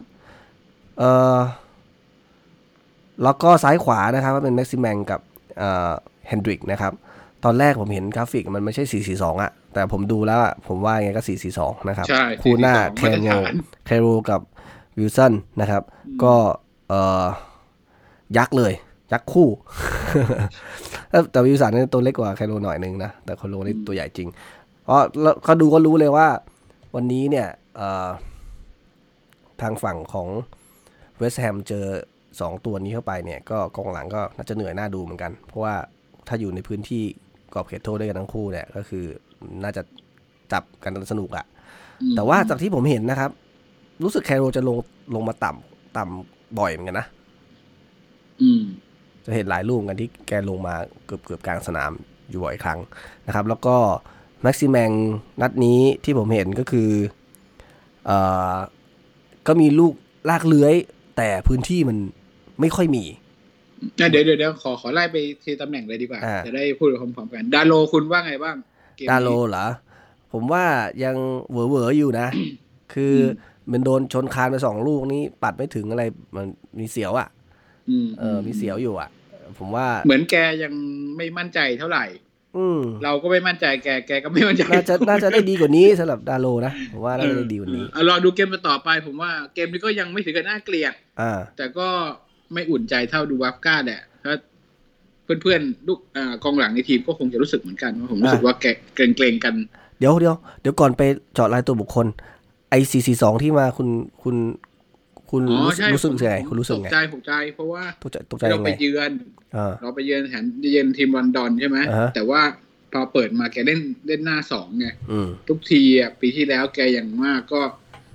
แล้วก็ซ้ายขวานะครับก็เป็นแม็กซิแมงกับเฮนดริกนะครับตอนแรกผมเห็นกราฟิกมันไม่ใช่4-4-2แต่ผมดูแล้วผมว่าไงก็4-4-2นะครับคู่หน้าแคโรกับวิลสันนะครับก็ยักษ์เลยยักษ์คู่แต่วิลสันนี่ตัวเล็กกว่าแคโรหน่อยนึงนะแต่แคโรนี่ตัวใหญ่จริงเพราะเขาดูก็รู้เลยว่าวันนี้เนี่ยทางฝั่งของเวสต์แฮมเจอ2ตัวนี้เข้าไปเนี่ยก็กองหลังก็น่าจะเหนื่อยน่าดูเหมือนกันเพราะว่าถ้าอยู่ในพื้นที่กรอบเขตโทษด้วยกันทั้งคู่เนี่ยก็คือน่าจะจับกันสนุกอ่ะแต่ว่าจากที่ผมเห็นนะครับรู้สึกแคโรจะลงมาต่ำบ่อยเหมือนกันนะจะเห็นหลายลูกกันที่แกลงมาเกือบกลางสนามอยู่บ่อยครั้งนะครับแล้วก็แม็กซิแมงนัดนี้ที่ผมเห็นก็คือก็มีลูกลากเลื้อยแต่พื้นที่มันไม่ค่อยมีเดี๋ยวขอไล่ไปทีตำแหน่งเลยดีกว่าจะได้พูดพร้อมๆกันดาโลคุณว่าไงบ้างดาโลเหรอผมว่ายังเหวออยู่นะ คือมันโดนชนคานไป2 ลูกนี้ปัดไม่ถึงอะไรมันมีเสียวอ่ะมีเสียวอยู่อ่ะผมว่าเหมือนแกยังไม่มั่นใจเท่าไหร่เราก็ไม่มั่นใจแกก็ไม่มั่นใจน่าจะได้ดีกว่านี้สำหรับดาโลนะผมว่าน่าจะได้ดีกว่านี้รอดูเกมต่อไปผมว่าเกมนี้ก็ยังไม่ถึงกับน่าเกลียดแต่ก็ไม่อุ่นใจเท่าดูวัฟก้าแหละถ้าเพื่อนๆลูกกองหลังในทีมก็คงจะรู้สึกเหมือนกันผมรู้สึกว่าแกเกรงกันเดี๋ยวก่อนไปเจาะรายตัวบุคคลไอ้4-4-2ที่มาคุณรู้สึกไงคุณรู้สึกไงตกใจเพราะว่าตกใจเราไปเยือนแถมเยือนทีมลอนดอนใช่ไหมแต่ว่าพอเปิดมาแกเล่นหน้า2ไงทุกทีปีที่แล้วแกอย่างมากก็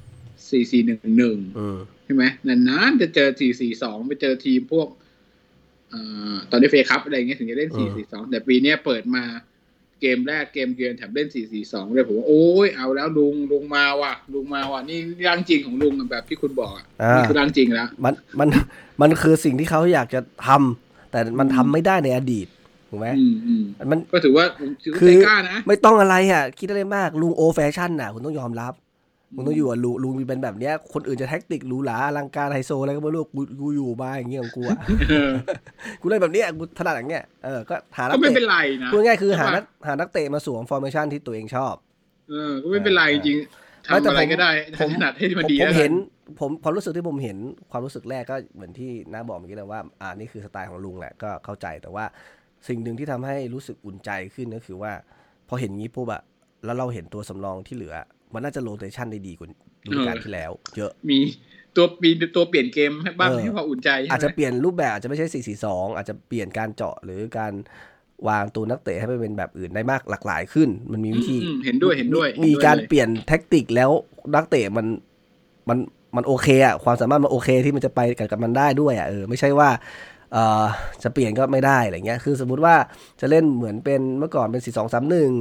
4-4-1-1ใช่ไหมนานๆจะเจอ4-4-2ไปเจอทีมพวกตอนนี้เฟคัพอะไรเงี้ยถึงจะเล่น4-4-2แต่ปีนี้เปิดมาเกมแรกเกมเยือนแถมเล่น 4-4-2 เลยผมว่าโอ้ยเอาแล้วลุงมาว่ะนี่ร่างจริงของลุงแบบที่คุณบอกนี่คือร่างจริงแล้วมันคือสิ่งที่เขาอยากจะทำแต่มันทำไม่ได้ในอดีตถูกไหมมันก็ถือว่าคือไม่ต้องอะไรคิดอะไรมากลุงโอแฟชั่นคุณต้องยอมรับมึงต้องอยู่กับลุงเป็นแบบเนี้ยคนอื่นจะแท็กติกหรูหราอลังการไฮโซอะไรก็ไม่รู้กูอยู่มาอย่างเงี้ยของกูกูเล่นแบบเนี้ยกูถนัดอย่างเงี้ยก็หานักเตะก็ไม่เป็นไรนะพูดง่ายคือหานักเตะมาสวมฟอร์เมชั่นที่ตัวเองชอบก็ไม่เป็นไรจริงทำอะไรก็ได้ถนัดให้มันดีผมเห็นความรู้สึกที่ผมเห็นความรู้สึกแรกก็เหมือนที่น้าบอกเมื่อกี้เลยว่านี่คือสไตล์ของลุงแหละก็เข้าใจแต่ว่าสิ่งหนึ่งที่ทำให้รู้สึกอุ่นใจขึ้นก็คือว่าพอเห็นงี้ปุ๊บแล้วเราเห็นตัวสำรองที่เหลือมันน่าจะโรเตชันได้ดีกว่าฤดูกาลที่แล้วเยอะมีตัวเปลี่ยนเกมให้บ้างให้พออุ่นใจอาจจะเปลี่ยนรูปแบบอาจจะไม่ใช่ 4-4-2 อาจจะเปลี่ยนการเจาะหรือการวางตัวนักเตะให้เป็นแบบอื่นได้มากหลากหลายขึ้นมันมีวิธีเห็นด้วยมีการเปลี่ยนแท็กติกแล้วนักเตะมันโอเคความสามารถมันโอเคที่มันจะไปกับมันได้ด้วยไม่ใช่ว่าจะเปลี่ยนก็ไม่ได้อะไรเงี้ยคือสมมุติว่าจะเล่นเหมือนเป็นเมื่อก่อนเป็น 4-2-3-1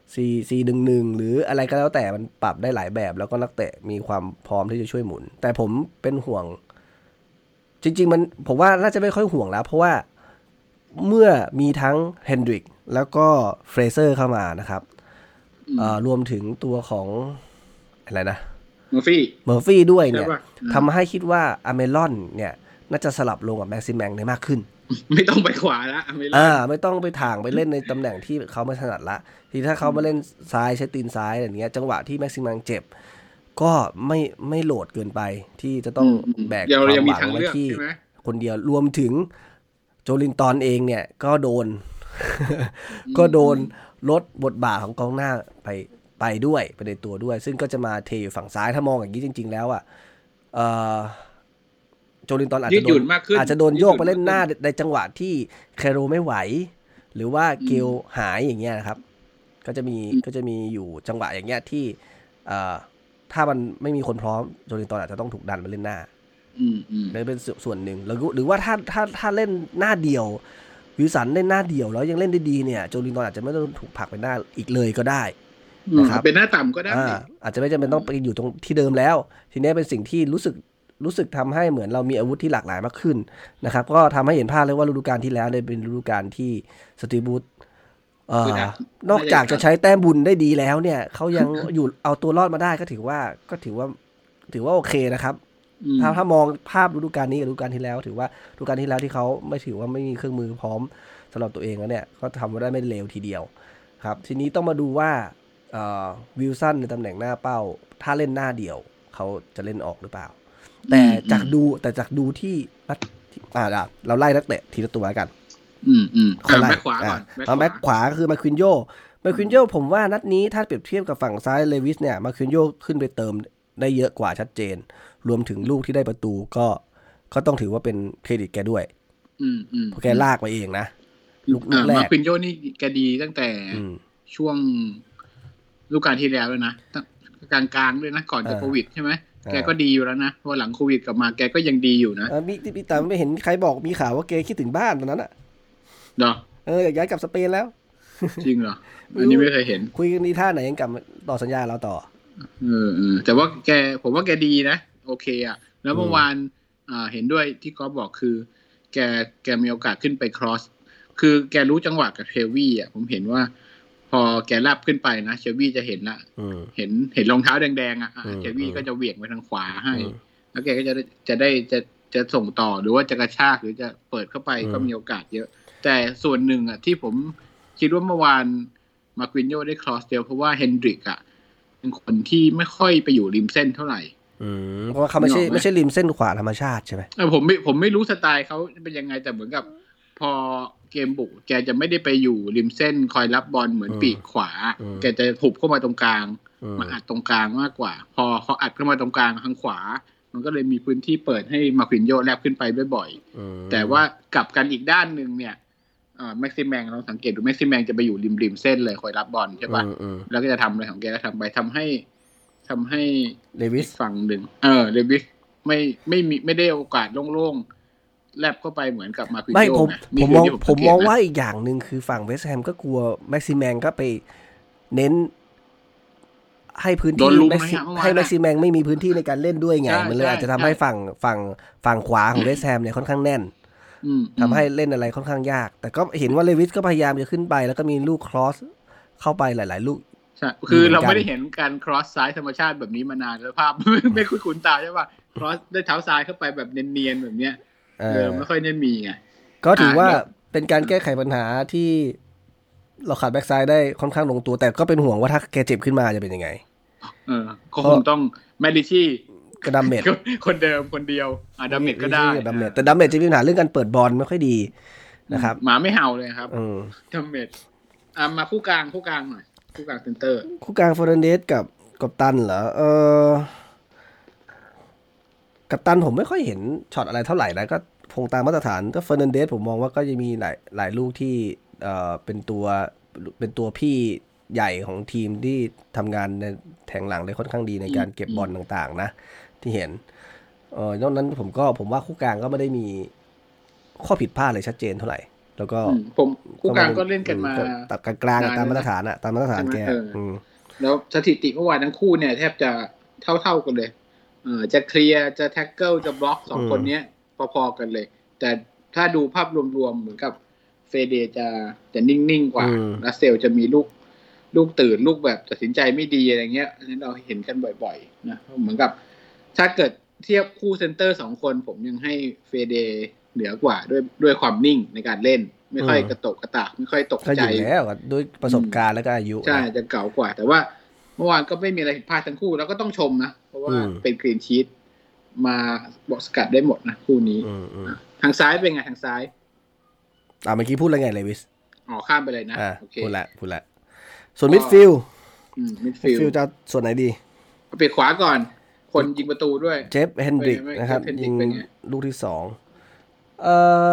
4-4-1-1 หรืออะไรก็แล้วแต่มันปรับได้หลายแบบแล้วก็นักเตะมีความพร้อมที่จะช่วยหมุนแต่ผมเป็นห่วงจริงๆผมว่าน่าจะไม่ค่อยห่วงแล้วเพราะว่าเมื่อมีทั้งเฮนดริกแล้วก็เฟรเซอร์เข้ามานะครับรวมถึงตัวของอะไรนะเมอร์ฟี่ด้วยเนี่ยทำให้คิดว่าอเมรอนเนี่ยน่าจะสลับลงกับแม็กซิแมงได้มากขึ้นไม่ต้องไปขวาละไม่ต้องไปถ่างไปเล่นในตำแหน่งที่เขาไม่ถนัดละทีถ้าเขามาเล่นซ้ายใช้ตีนซ้ายอย่างเงี้ยจังหวะที่แม็กซิแมงเจ็บก็ไม่โหลดเกินไปที่จะต้องแบกความหวังไว้ที่คนเดียวรวมถึงโจลินตอนเองเนี่ยก็โดนลดบทบาทของกองหน้าไปด้วยไปในตัวด้วยซึ่งก็จะมาเทอยู่ฝั่งซ้ายถ้ามองอย่างนี้จริงๆแล้วโจลินตอนอาจจะโดนโยกไปเล่นหน้าในจังหวะที่แคโรไม่ไหวหรือว่าเกลหายอย่างเงี้ยนะครับก็จะมีอยู่จังหวะอย่างเงี้ยที่ถ้ามันไม่มีคนพร้อมโจลินตอนอาจจะต้องถูกดันไปเล่นหน้าเลยเป็นส่วนหนึ่งหรือว่าถ้าเล่นหน้าเดียววิลสันเล่นหน้าเดียวแล้วยังเล่นได้ดีเนี่ยโจลินตอนอาจจะไม่ต้องถูกผลักไปหน้าอีกเลยก็ได้นะครับเป็นหน้าต่ำก็ได้อาจจะไม่จำเป็นต้องไปอยู่ตรงที่เดิมแล้วทีนี้เป็นสิ่งที่รู้สึกทำให้เหมือนเรามีอาวุธที่หลากหลายมากขึ้นนะครับก็ทำให้เห็นภาพเลยว่าฤดูกาลที่แล้วเนี่ยเป็นฤดูกาลที่สตีบูธนอกจากจะใช้แต้มบุญได้ดีแล้วเนี่ยเขายังอยู่เอาตัวรอดมาได้ก็ถือว่าโอเคนะครับถ้ามองภาพฤดูกาลนี้กับฤดูกาลที่แล้วถือว่าฤดูกาลที่แล้วที่เขาไม่ถือว่าไม่มีเครื่องมือพร้อมสำหรับตัวเองแล้วเนี่ยก็ทำมาได้ไม่เลวทีเดียวครับทีนี้ต้องมาดูว่าวิลสันในตำแหน่งหน้าเป้าถ้าเล่นหน้าเดี่ยวเขาจะเล่นออกหรือเปล่าแต่จากดูที่เราไล่นักเตะทีละตัวกันแบ็คขวาก่อนแบ็คขวาคือมาควินโญผมว่านัดนี้ถ้าเปรียบเทียบกับฝั่งซ้ายเลวิสเนี่ยมาควินโญขึ้นไปเติมได้เยอะกว่าชัดเจนรวมถึงลูกที่ได้ประตูก็ต้องถือว่าเป็นเครดิตแกด้วยเพราะแกลากมาเองนะลูกแรกมาควินโญนี่แกดีตั้งแต่ช่วงฤดูกาลที่แล้วเลยนะกลางๆด้วยนะก่อนจะโควิดใช่ไหมแกก็ดีอยู่แล้วนะพอหลังโควิดกลับมาแกก็ยังดีอยู่นะมีแต่ไม่เห็นใครบอกมีข่าวว่าแกคิดถึงบ้านตอนนั้นเหรออยากย้ายกลับสเปนแล้วจริงเหรออันนี้ไม่เคยเห็นคุยกันดีท่าไหนยังกลับต่อสัญญาเราต่อแต่ว่าผมว่าแกดีนะโอเคแล้วเมื่อวานเห็นด้วยที่ก๊อฟบอกคือแกมีโอกาสขึ้นไปครอสคือแกรู้จังหวะกับเชลวี่ผมเห็นว่าพอแกลับขึ้นไปนะเชลวี่จะเห็นละเห็นรองเท้าแดงๆเชลวี่ก็จะเหวี่ยงไปทางขวาให้แล้วแกก็จะส่งต่อหรือว่าจะกระชากหรือจะเปิดเข้าไปก็มีโอกาสเยอะแต่ส่วนหนึ่งที่ผมคิดว่าเมื่อวานมาควินโญได้ครอสเดียวเพราะว่าเฮนดริกเป็นคนที่ไม่ค่อยไปอยู่ริมเส้นเท่าไหร่เพราะว่าเขาไม่ใช่ริมเส้นขวาธรรมชาติใช่ไหมผมไม่รู้สไตล์เขาเป็นยังไงแต่เหมือนกับพอเกมบุกแกจะไม่ได้ไปอยู่ริมเส้นคอยรับบอลเหมือนปีกขวาแกจะหุบเข้ามาตรงกลางมาอัดตรงกลางมากกว่าพอเขาอัดเข้ามาตรงกลางทางขวามันก็เลยมีพื้นที่เปิดให้มาควินโญแลบขึ้นไปบ่อยๆแต่ว่ากลับกันอีกด้านนึงเนี่ยแม็กซิแมงเราสังเกตดูแม็กซิแมงจะไปอยู่ริมเส้นเลยคอยรับบอลใช่ป่ะแล้วก็จะทำอะไรของแกก็ทำไปทำให้เลวิสฝั่งหนึ่งเลวิสไม่ได้โอกาสโล่งๆแลบเข้าไปเหมือนกับมาคินไม่โยผมนะผมคืมองที่ผมสัเกตมองนะว่าอีกอย่างหนึ่งคือฝั่งเวสต์แฮมก็กลัวแม็กซิแมงก็ไปเน้นให้พื้นโดที่นลุมแม็กนะซิฮะเมื่อวาให้นแม็กน่ะซิแมงไม่มีพื้นที่ในการเล่นด้วยไงใช่มันเลยอาจจะทำให้ฝั่งขวาของเวสต์แฮมเนี่ยค่อนข้างแน่น ทำให้เล่นอะไรค่อนข้างยาก แต่ก็เห็นว่าเลวิสก็พยายามจะขึ้นไปแล้วก็มีลูกครอสเข้าไปหลายๆลูกใช่คือเราไม่ได้เห็นการ cross ซ้ายธรรมชาติแบบนี้มานานแล้วภาพ ไม่คุ้นตาใช่ป่ะ cross ด้วยเท้าซ้ายเข้าไปแบบเนียนๆแบบเนี้ยไม่ค่อยได้มีไงก็ถือว่าเป็นการแก้ไขปัญหาที่เราขาดแบ็กซ้ายได้ค่อนข้างลงตัว แต่ก็เป็นห่วงว่าถ้าแกเจ็บขึ้นมาจะเป็นยังไงก็คงต้องแมดดิชี่กระดัมเมดคนเดิมคนเดียวดัมเมดก็ได้ดัมเมดแต่ดัมเมดจะมีปัญหาเรื่องการเปิดบอลไม่ค่อยดีนะครับหมาไม่เห่าเลยครับดัมเมดมาคู่กลางหน่อยคู่กลางเซนเตอร์คู่กลางเฟอร์นันเดสกับกัปตันเหรอกัปตันผมไม่ค่อยเห็นช็อตอะไรเท่าไหร่นะก็คงตามมาตรฐานก็เฟอร์นันเดสผมมองว่าก็จะมีหลายลูกที่เป็นตัวพี่ใหญ่ของทีมที่ทำงานในแทงหลังได้ค่อนข้างดีในการเก็บบอลต่างๆนะที่เห็นนอกนั้นผมว่าคู่กลางก็ไม่ได้มีข้อผิดพลาดเลยชัดเจนเท่าไหร่แล้วก็ผมคู่กลางก็เล่นกันมาตัดกลางๆตามมาตรฐานตามมาตรฐานแกแล้วสถิติเมื่อวานทั้งคู่เนี่ยแทบจะเท่ากันเลยจะเคลียร์จะแท็กเกิลจะบล็อกสองคนนี้พอๆกันเลยแต่ถ้าดูภาพรวมๆเหมือนกับเฟเดจะนิ่งๆกว่ารัสเซลจะมีลูกตื่นลูกแบบตัดสินใจไม่ดีอะไรเงี้ยอันนี้เราเห็นกันบ่อยๆนะเหมือนกับถ้าเกิดเทียบคู่เซนเตอร์2คนผมยังให้เฟเดเหนือกว่าด้วยความนิ่งในการเล่นไม่ค่อยกระตกกระตากไม่ค่อยตกใจแล้วด้วยประสบการณ์แล้วก็อายุใช่จะเก่ากว่าแต่ว่าเมื่อวานก็ไม่มีอะไรผิดพลาดทั้งคู่แล้วก็ต้องชมนะเพราะว่าเป็นกรีนชีทมาบอกสกัดได้หมดนะคู่นี้ทางซ้ายเป็นไงทางซ้ายเมื่อกี้พูดอะไรไงเลวิสข้ามไปเลยนะโอเคพูดละส่วนมิดฟิลด์จะส่วนไหนดีไปขวาก่อนคนยิงประตูด้วยเจฟเฮนดริกนะครับยิงลูกที่2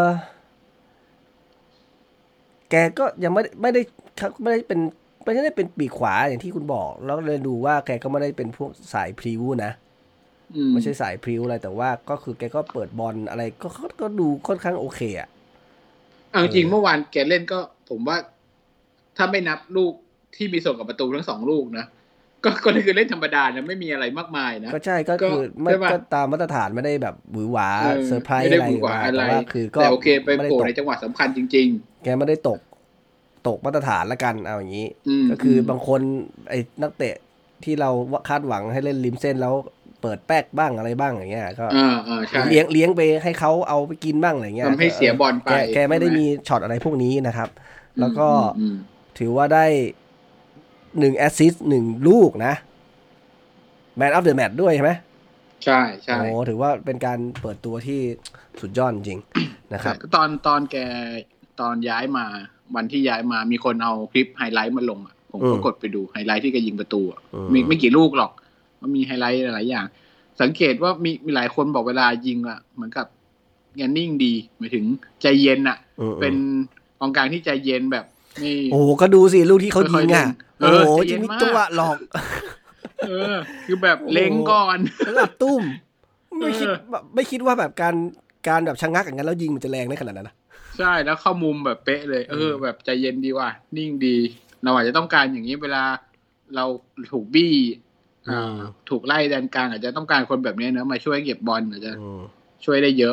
แกก็ยังไม่ได้เป็นปีกขวาอย่างที่คุณบอกแล้วเลยดูว่าแกก็ไม่ได้เป็นพวกสายพริ้วนะไม่ใช่สายพริ้วอะไรแต่ว่าก็คือแกก็เปิดบอลอะไรก็ดูค่อนข้างโอเคอ่ะจริงเมื่อวานแกเล่นก็ผมว่าถ้าไม่นับลูกที่มีส่วนกับประตูทั้ง2ลูกนะก็คือเล่นธรรมดานะไม่มีอะไรมากมายนะก็ใช่ก็คือไม่ก็ตามมาตรฐานไม่ได้แบบหวือหวาเซอร์ไพรส์อะไรแต่ว่าคือก็แต่โอเคไปโผล่ในจังหวะสำคัญจริงๆแกไม่ได้ตกมาตรฐานละกันเอาอย่างนี้ก็คือบางคนไอ้นักเตะที่เราคาดหวังให้เล่นริมเส้นแล้วเปิดแป๊กบ้างอะไรบ้างอย่างเงี้ยก็เลี้ยงไปให้เขาเอาไปกินบ้างอะไรเงี้ยทำให้เสียบอลไปแกไม่ได้มีช็อตอะไรพวกนี้นะครับแล้วก็ถือว่าได้1แอสซิสต์1ลูกนะแมนออฟเดอะแมตช์ด้วยใช่ไหมใช่ใช่โอ้ถือว่าเป็นการเปิดตัวที่สุดยอดจริงนะครับตอนแกตอนย้ายมาวันที่ย้ายมามีคนเอาคลิปไฮไลท์มาลงผมก็กดไปดูไฮไลท์ที่แกยิงประตูไม่กี่ลูกหรอกมันมีไฮไลท์หลายอย่างสังเกตว่ามีหลายคนบอกเวลายิงเหมือนกับแกนิ่งดีหมายถึงใจเย็นเป็นกองกลางที่ใจเย็นแบบไม่โอ้ก็ดูสิลูกที่เขายิงโอ้จะมีจังหวะหลอกคือแบบเล็งก่อนแล้วอัดตุ้มไม่คิดว่าแบบการแบบชะงักอย่างนั้นแล้วยิงมันจะแรงได้ขนาดนั้นนะใช่แล้วเข้ามุมแบบเป๊ะเลยแบบใจเย็นดีว่ะนิ่งดีเราอาจจะต้องการอย่างนี้เวลาเราถูกบี้ถูกไล่แดนกลางอาจจะต้องการคนแบบนี้เนอะมาช่วยเก็บบอลอาจจะช่วยได้เยอะ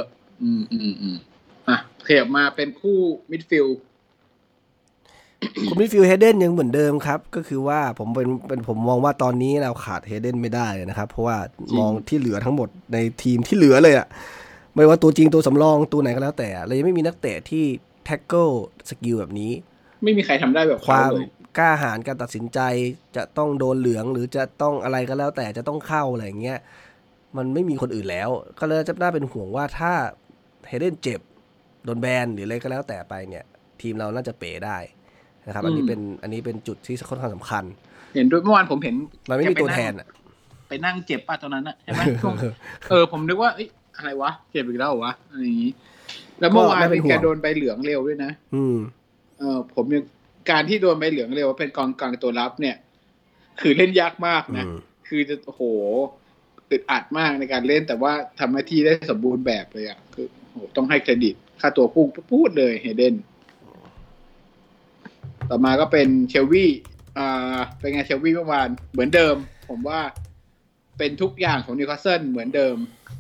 เขยับมาเป็นคู่มิดฟิลด์คุณมิดฟิลด์เฮเดนยังเหมือนเดิมครับก็คือว่าผมมองว่าตอนนี้เราขาดเฮเดนไม่ได้นะครับเพราะว่ามองที่เหลือทั้งหมดในทีมที่เหลือเลยไม่ว่าตัวจริงตัวสำรองตัวไหนก็แล้วแต่เลยไม่มีนักเตะที่แท็กเกิลสกิลแบบนี้ไม่มีใครทำได้แบบความกล้าหาญการตัดสินใจจะต้องโดนเหลืองหรือจะต้องอะไรก็แล้วแต่จะต้องเข้าอะไรอย่างเงี้ยมันไม่มีคนอื่นแล้วก็เลยจะน่าเป็นห่วงว่าถ้าเฮเดนเจ็บโดนแบนหรืออะไรก็แล้วแต่ไปเนี่ยทีมเราน่าจะเป๋ได้นะครับอันนี้เป็นจุดที่ค่อนข้างสำคัญเห็นด้วยเมื่อวานผมเห็นมันไม่มีตัวแทนไปนั่งเจ็บป่ะตอนนั้นใช่ไหมผมนึกว่าอะไรวะเจ็บอีกแล้ววะอะไรอย่างนี้แล้วเมื่อวานแกโดนใบเหลืองเร็วด้วยนะผมยังการที่โดนใบเหลืองเร็วเป็นกองกลางตัวรับเนี่ยคือเล่นยากมากนะคือจะโหอึดอัดมากในการเล่นแต่ว่าทำหน้าที่ได้สมบูรณ์แบบเลยคือโหต้องให้เครดิตค่าตัวพุ่งพูดเลยเฮเดนต่อมาก็เป็นเชลวี่เป็นไงเชลวี่เมื่อวานเหมือนเดิมผมว่าเป็นทุกอย่างของนิวคาสเซิลเหมือนเดิม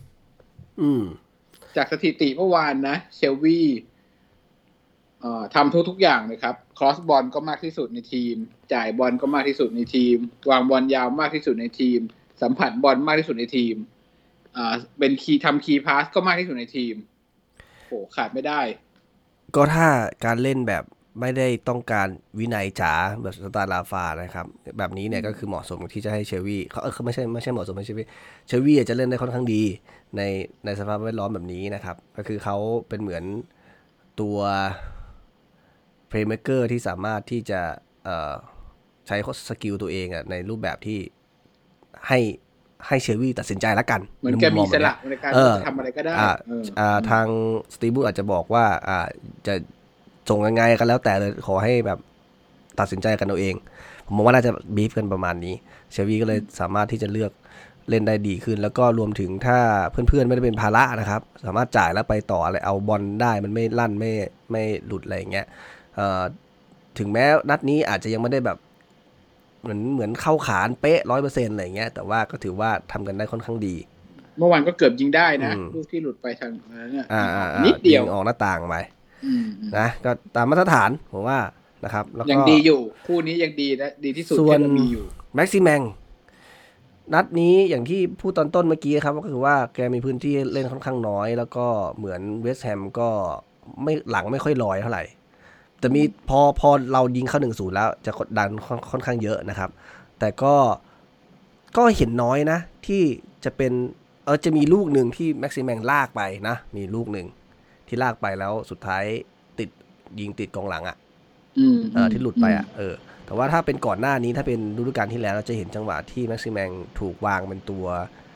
จากสถิติเมื่อวานนะเชลวี่ทำทุกอย่างเลยครับครอสบอลก็มากที่สุดในทีมจ่ายบอลก็มากที่สุดในทีมวางบอลยาวมากที่สุดในทีมสัมผัสบอลมากที่สุดในทีมเป็นทำคีย์พาสก็มากที่สุดในทีมโหขาดไม่ได้ก็ถ้าการเล่นแบบไม่ได้ต้องการวินัยจ๋าแบบสตาร์ลาฟานะครับแบบนี้เนี่ยก็คือเหมาะสมที่จะให้เชลวี่เขาไม่ใช่เหมาะสมให้เชลวี่จะเล่นได้ค่อนข้างดีในสภาพแวดล้อมแบบนี้นะครับก็คือเขาเป็นเหมือนตัวเพลย์เมคเกอร์ที่สามารถที่จะใช้สกิลตัวเองในรูปแบบที่ให้เชลวี่ตัดสินใจแล้วกันเหมือนแกมีสละในการทำอะไรก็ได้ทางสตีบูอาจจะบอกว่าจะส่งยังไงกันแล้วแต่เลยขอให้แบบตัดสินใจกันเอาเองผมมองว่าน่าจะบีฟกันประมาณนี้เชลวี่ก็เลยสามารถที่จะเลือกเล่นได้ดีขึ้นแล้วก็รวมถึงถ้าเพื่อนๆไม่ได้เป็นภาระนะครับสามารถจ่ายแล้วไปต่ออะไรเอาบอลได้มันไม่ลั่นไม่หลุดอะไรอย่างเงี้ยถึงแม้นัดนี้อาจจะยังไม่ได้แบบเหมือนเข้าขานเป๊ะ 100% อะไรอย่างเงี้ยแต่ว่าก็ถือว่าทำกันได้ค่อนข้างดีเมื่อวานก็เกือบยิงได้นะลูกที่หลุดไปทางนั้นนิดเดียวออกหน้าต่างไปนะก็ตามมาตรฐานผมว่านะครับแล้วก็ยังดีอยู่คู่นี้ยังดีนะดีที่สุดที่เรามีอยู่แม็กซิแมงนัดนี้อย่างที่พูดตอนต้นเมื่อกี้ครับก็คือว่าแกมีพื้นที่เล่นค่อนข้างน้อยแล้วก็เหมือนเวสต์แฮมก็หลังไม่ค่อยลอยเท่าไหร่แต่มีพอเรายิงเข้า 1-0 แล้วจะกดดันค่อนข้างเยอะนะครับแต่ก็เห็นน้อยนะที่จะเป็นจะมีลูกหนึ่งที่แม็กซิแมงลากไปนะมีลูกหนึ่งที่ลากไปแล้วสุดท้ายยิงติดกองหลังที่หลุดไปแต่ว่าถ้าเป็นก่อนหน้านี้ถ้าเป็นฤดูกาลที่แล้วเราจะเห็นจังหวะที่แม็กซิแมงถูกวางเป็นตัว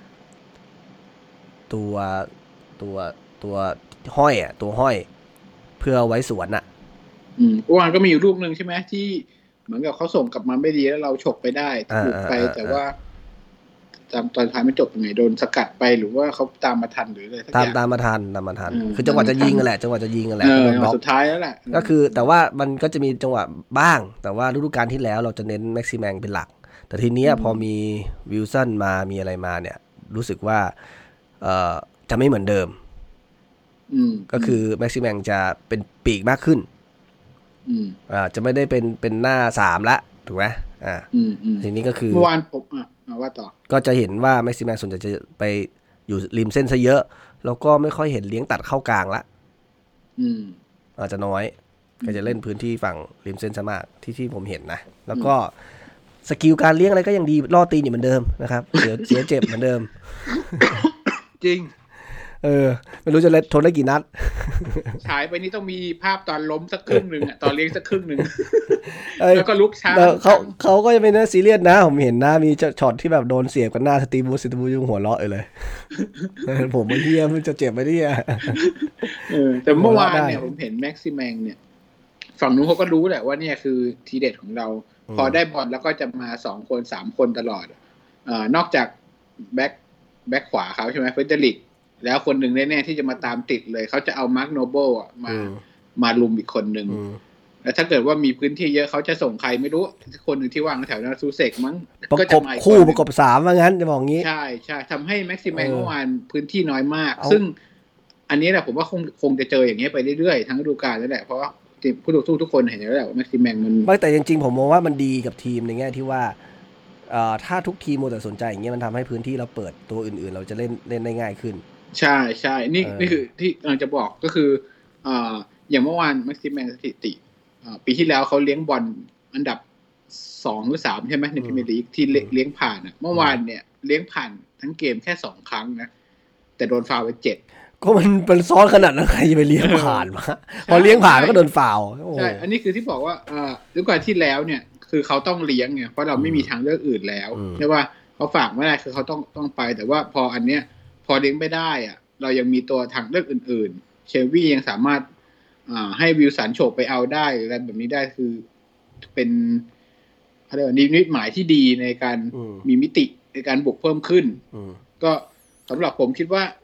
ห้อยตัวห้อยเพื่อไว้สวนวางก็มีอยู่ลูกหนึ่งใช่ไหมที่เหมือนกับเขาส่งกลับมาไม่ดีแล้วเราฉกไปได้หลุดไปแต่ว่าตอนท้ายไม่จบยังไงโดนสกัดไปหรือว่าเขาตามมาทันหรืออะไรตามมาทันคือจังหวะจะยิงกันแหละสุดท้ายแล้วแหละก็คือแต่ว่ามันก็จะมีจังหวะบ้างแต่ว่าฤดูกาลที่แล้วเราจะเน้นแม็กซิแมงเป็นหลักแต่ทีนี้พอมีวิลสันมามีอะไรมาเนี่ยรู้สึกว่าจะไม่เหมือนเดิมก็คือแม็กซิแมงจะเป็นปีกมากขึ้นจะไม่ได้เป็นหน้า3ละถูกไหมทีนี้ก็คือเมื่อวานผมว่าต่อก็จะเห็นว่าแม็กซิแมงส่วนใหญ่จะไปอยู่ริมเส้นซะเยอะแล้วก็ไม่ค่อยเห็นเลี้ยงตัดเข้ากลางละอาจจะน้อยก็จะเล่นพื้นที่ฝั่งริมเส้นซะมากที่ผมเห็นนะแล้วก็สกิลการเลี้ยงอะไรก็ยังดีล่อตีนอยู่เหมือนเดิมนะครับเสียเจ็บเหมือนเดิมจริงไม่รู้จะทนได้กี่นัดฉายไปนี่ต้องมีภาพตอนล้มสักครึ่งนึงตอนเลี้ยงสักครึ่งนึงแล้วก็ลุกช้าเขาก็จะเป็นน่าซีเรียสนะผมเห็นนะมีช็อตที่แบบโดนเสียบกันหน้าสตีบูยุ่งหัวเราะเลยผมไม่เที่ยมันจะเจ็บไหมเนี่ยแต่เมื่อวานเนี่ยผมเห็นแม็กซิแมงเนี่ยฝั่งนู้นเขาก็รู้แหละว่าเนี่ยคือทีเด็ดของเราพอได้บอลแล้วก็จะมา2คน3คนตลอดนอกจากแบ็คขวาเขาใช่ไหมเฟเดริกแล้วคนหนึ่งแน่ๆที่จะมาตามติดเลยเขาจะเอามาร์คโนเบิลมาลุมอีกคนหนึ่งแล้วถ้าเกิดว่ามีพื้นที่เยอะเขาจะส่งใครไม่รู้คนหนึ่งที่วางแถวนั้นซูเซกมั้งก็จะมาประกบ3ว่างั้นจะบอกงี้ใช่ทำให้แม็กซิแมงเมื่อวานพื้นที่น้อยมากซึ่งอันนี้แหละผมว่าคงจะเจออย่างนี้ไปเรื่อยๆทั้งฤดูกาลแล้วแหละเพราะผู้ต่อสู้ทุกคนเห็นแล้วแหละว่าแม็กซิแมงมันไม่แต่จริงๆผมมองว่ามันดีกับทีมในแง่ที่ว่าถ้าทุกทีมมัวแต่สนใจอย่างเงี้ยมันทำให้พื้นที่เราเปิดตัวอื่นๆเราจะเล่นได้ง่ายขึ้นใช่นี่คือที่กำลังจะบอกก็คืออย่างเมื่อวานแม็กซิแมงสถิติปีที่แล้วเขาเลี้ยงบอลอันดับ2หรือ3ใช่ไหมในพรีเมียร์ลีกที่เลี้ยงผ่านเมื่อวานเนี่ยเลี้ยงผ่านทั้งเกมแค่2ครั้งนะแต่โดนฟาวล์ไป7 ก็มันเป็นซ้อนขนาดนั้นใครจะไปเลี้ยงผ่านวะพอเลี้ยงผ่านก็โดนฟาวล์ใช่อันนี้คือที่บอกว่าฤดูกาลที่แล้วเนี่ยคือเขาต้องเลี้ยงไงเพราะเราไม่มีทางเลือกอื่นแล้วใช่ว่าเขาฝากไม่ได้คือเขาต้องไปแต่ว่าพออันเนี้ยพอเลี้ยงไม่ได้เรายังมีตัวทางเลือกอื่นๆเชลวี่ยังสามารถให้วิลสันโฉบไปเอาได้อะไรแบบนี้ได้คือเป็นอะไรนิมิตหมายที่ดีในการมีมิติในการบุกเพิ่มขึ้นก็สำหรับผมคิดว่า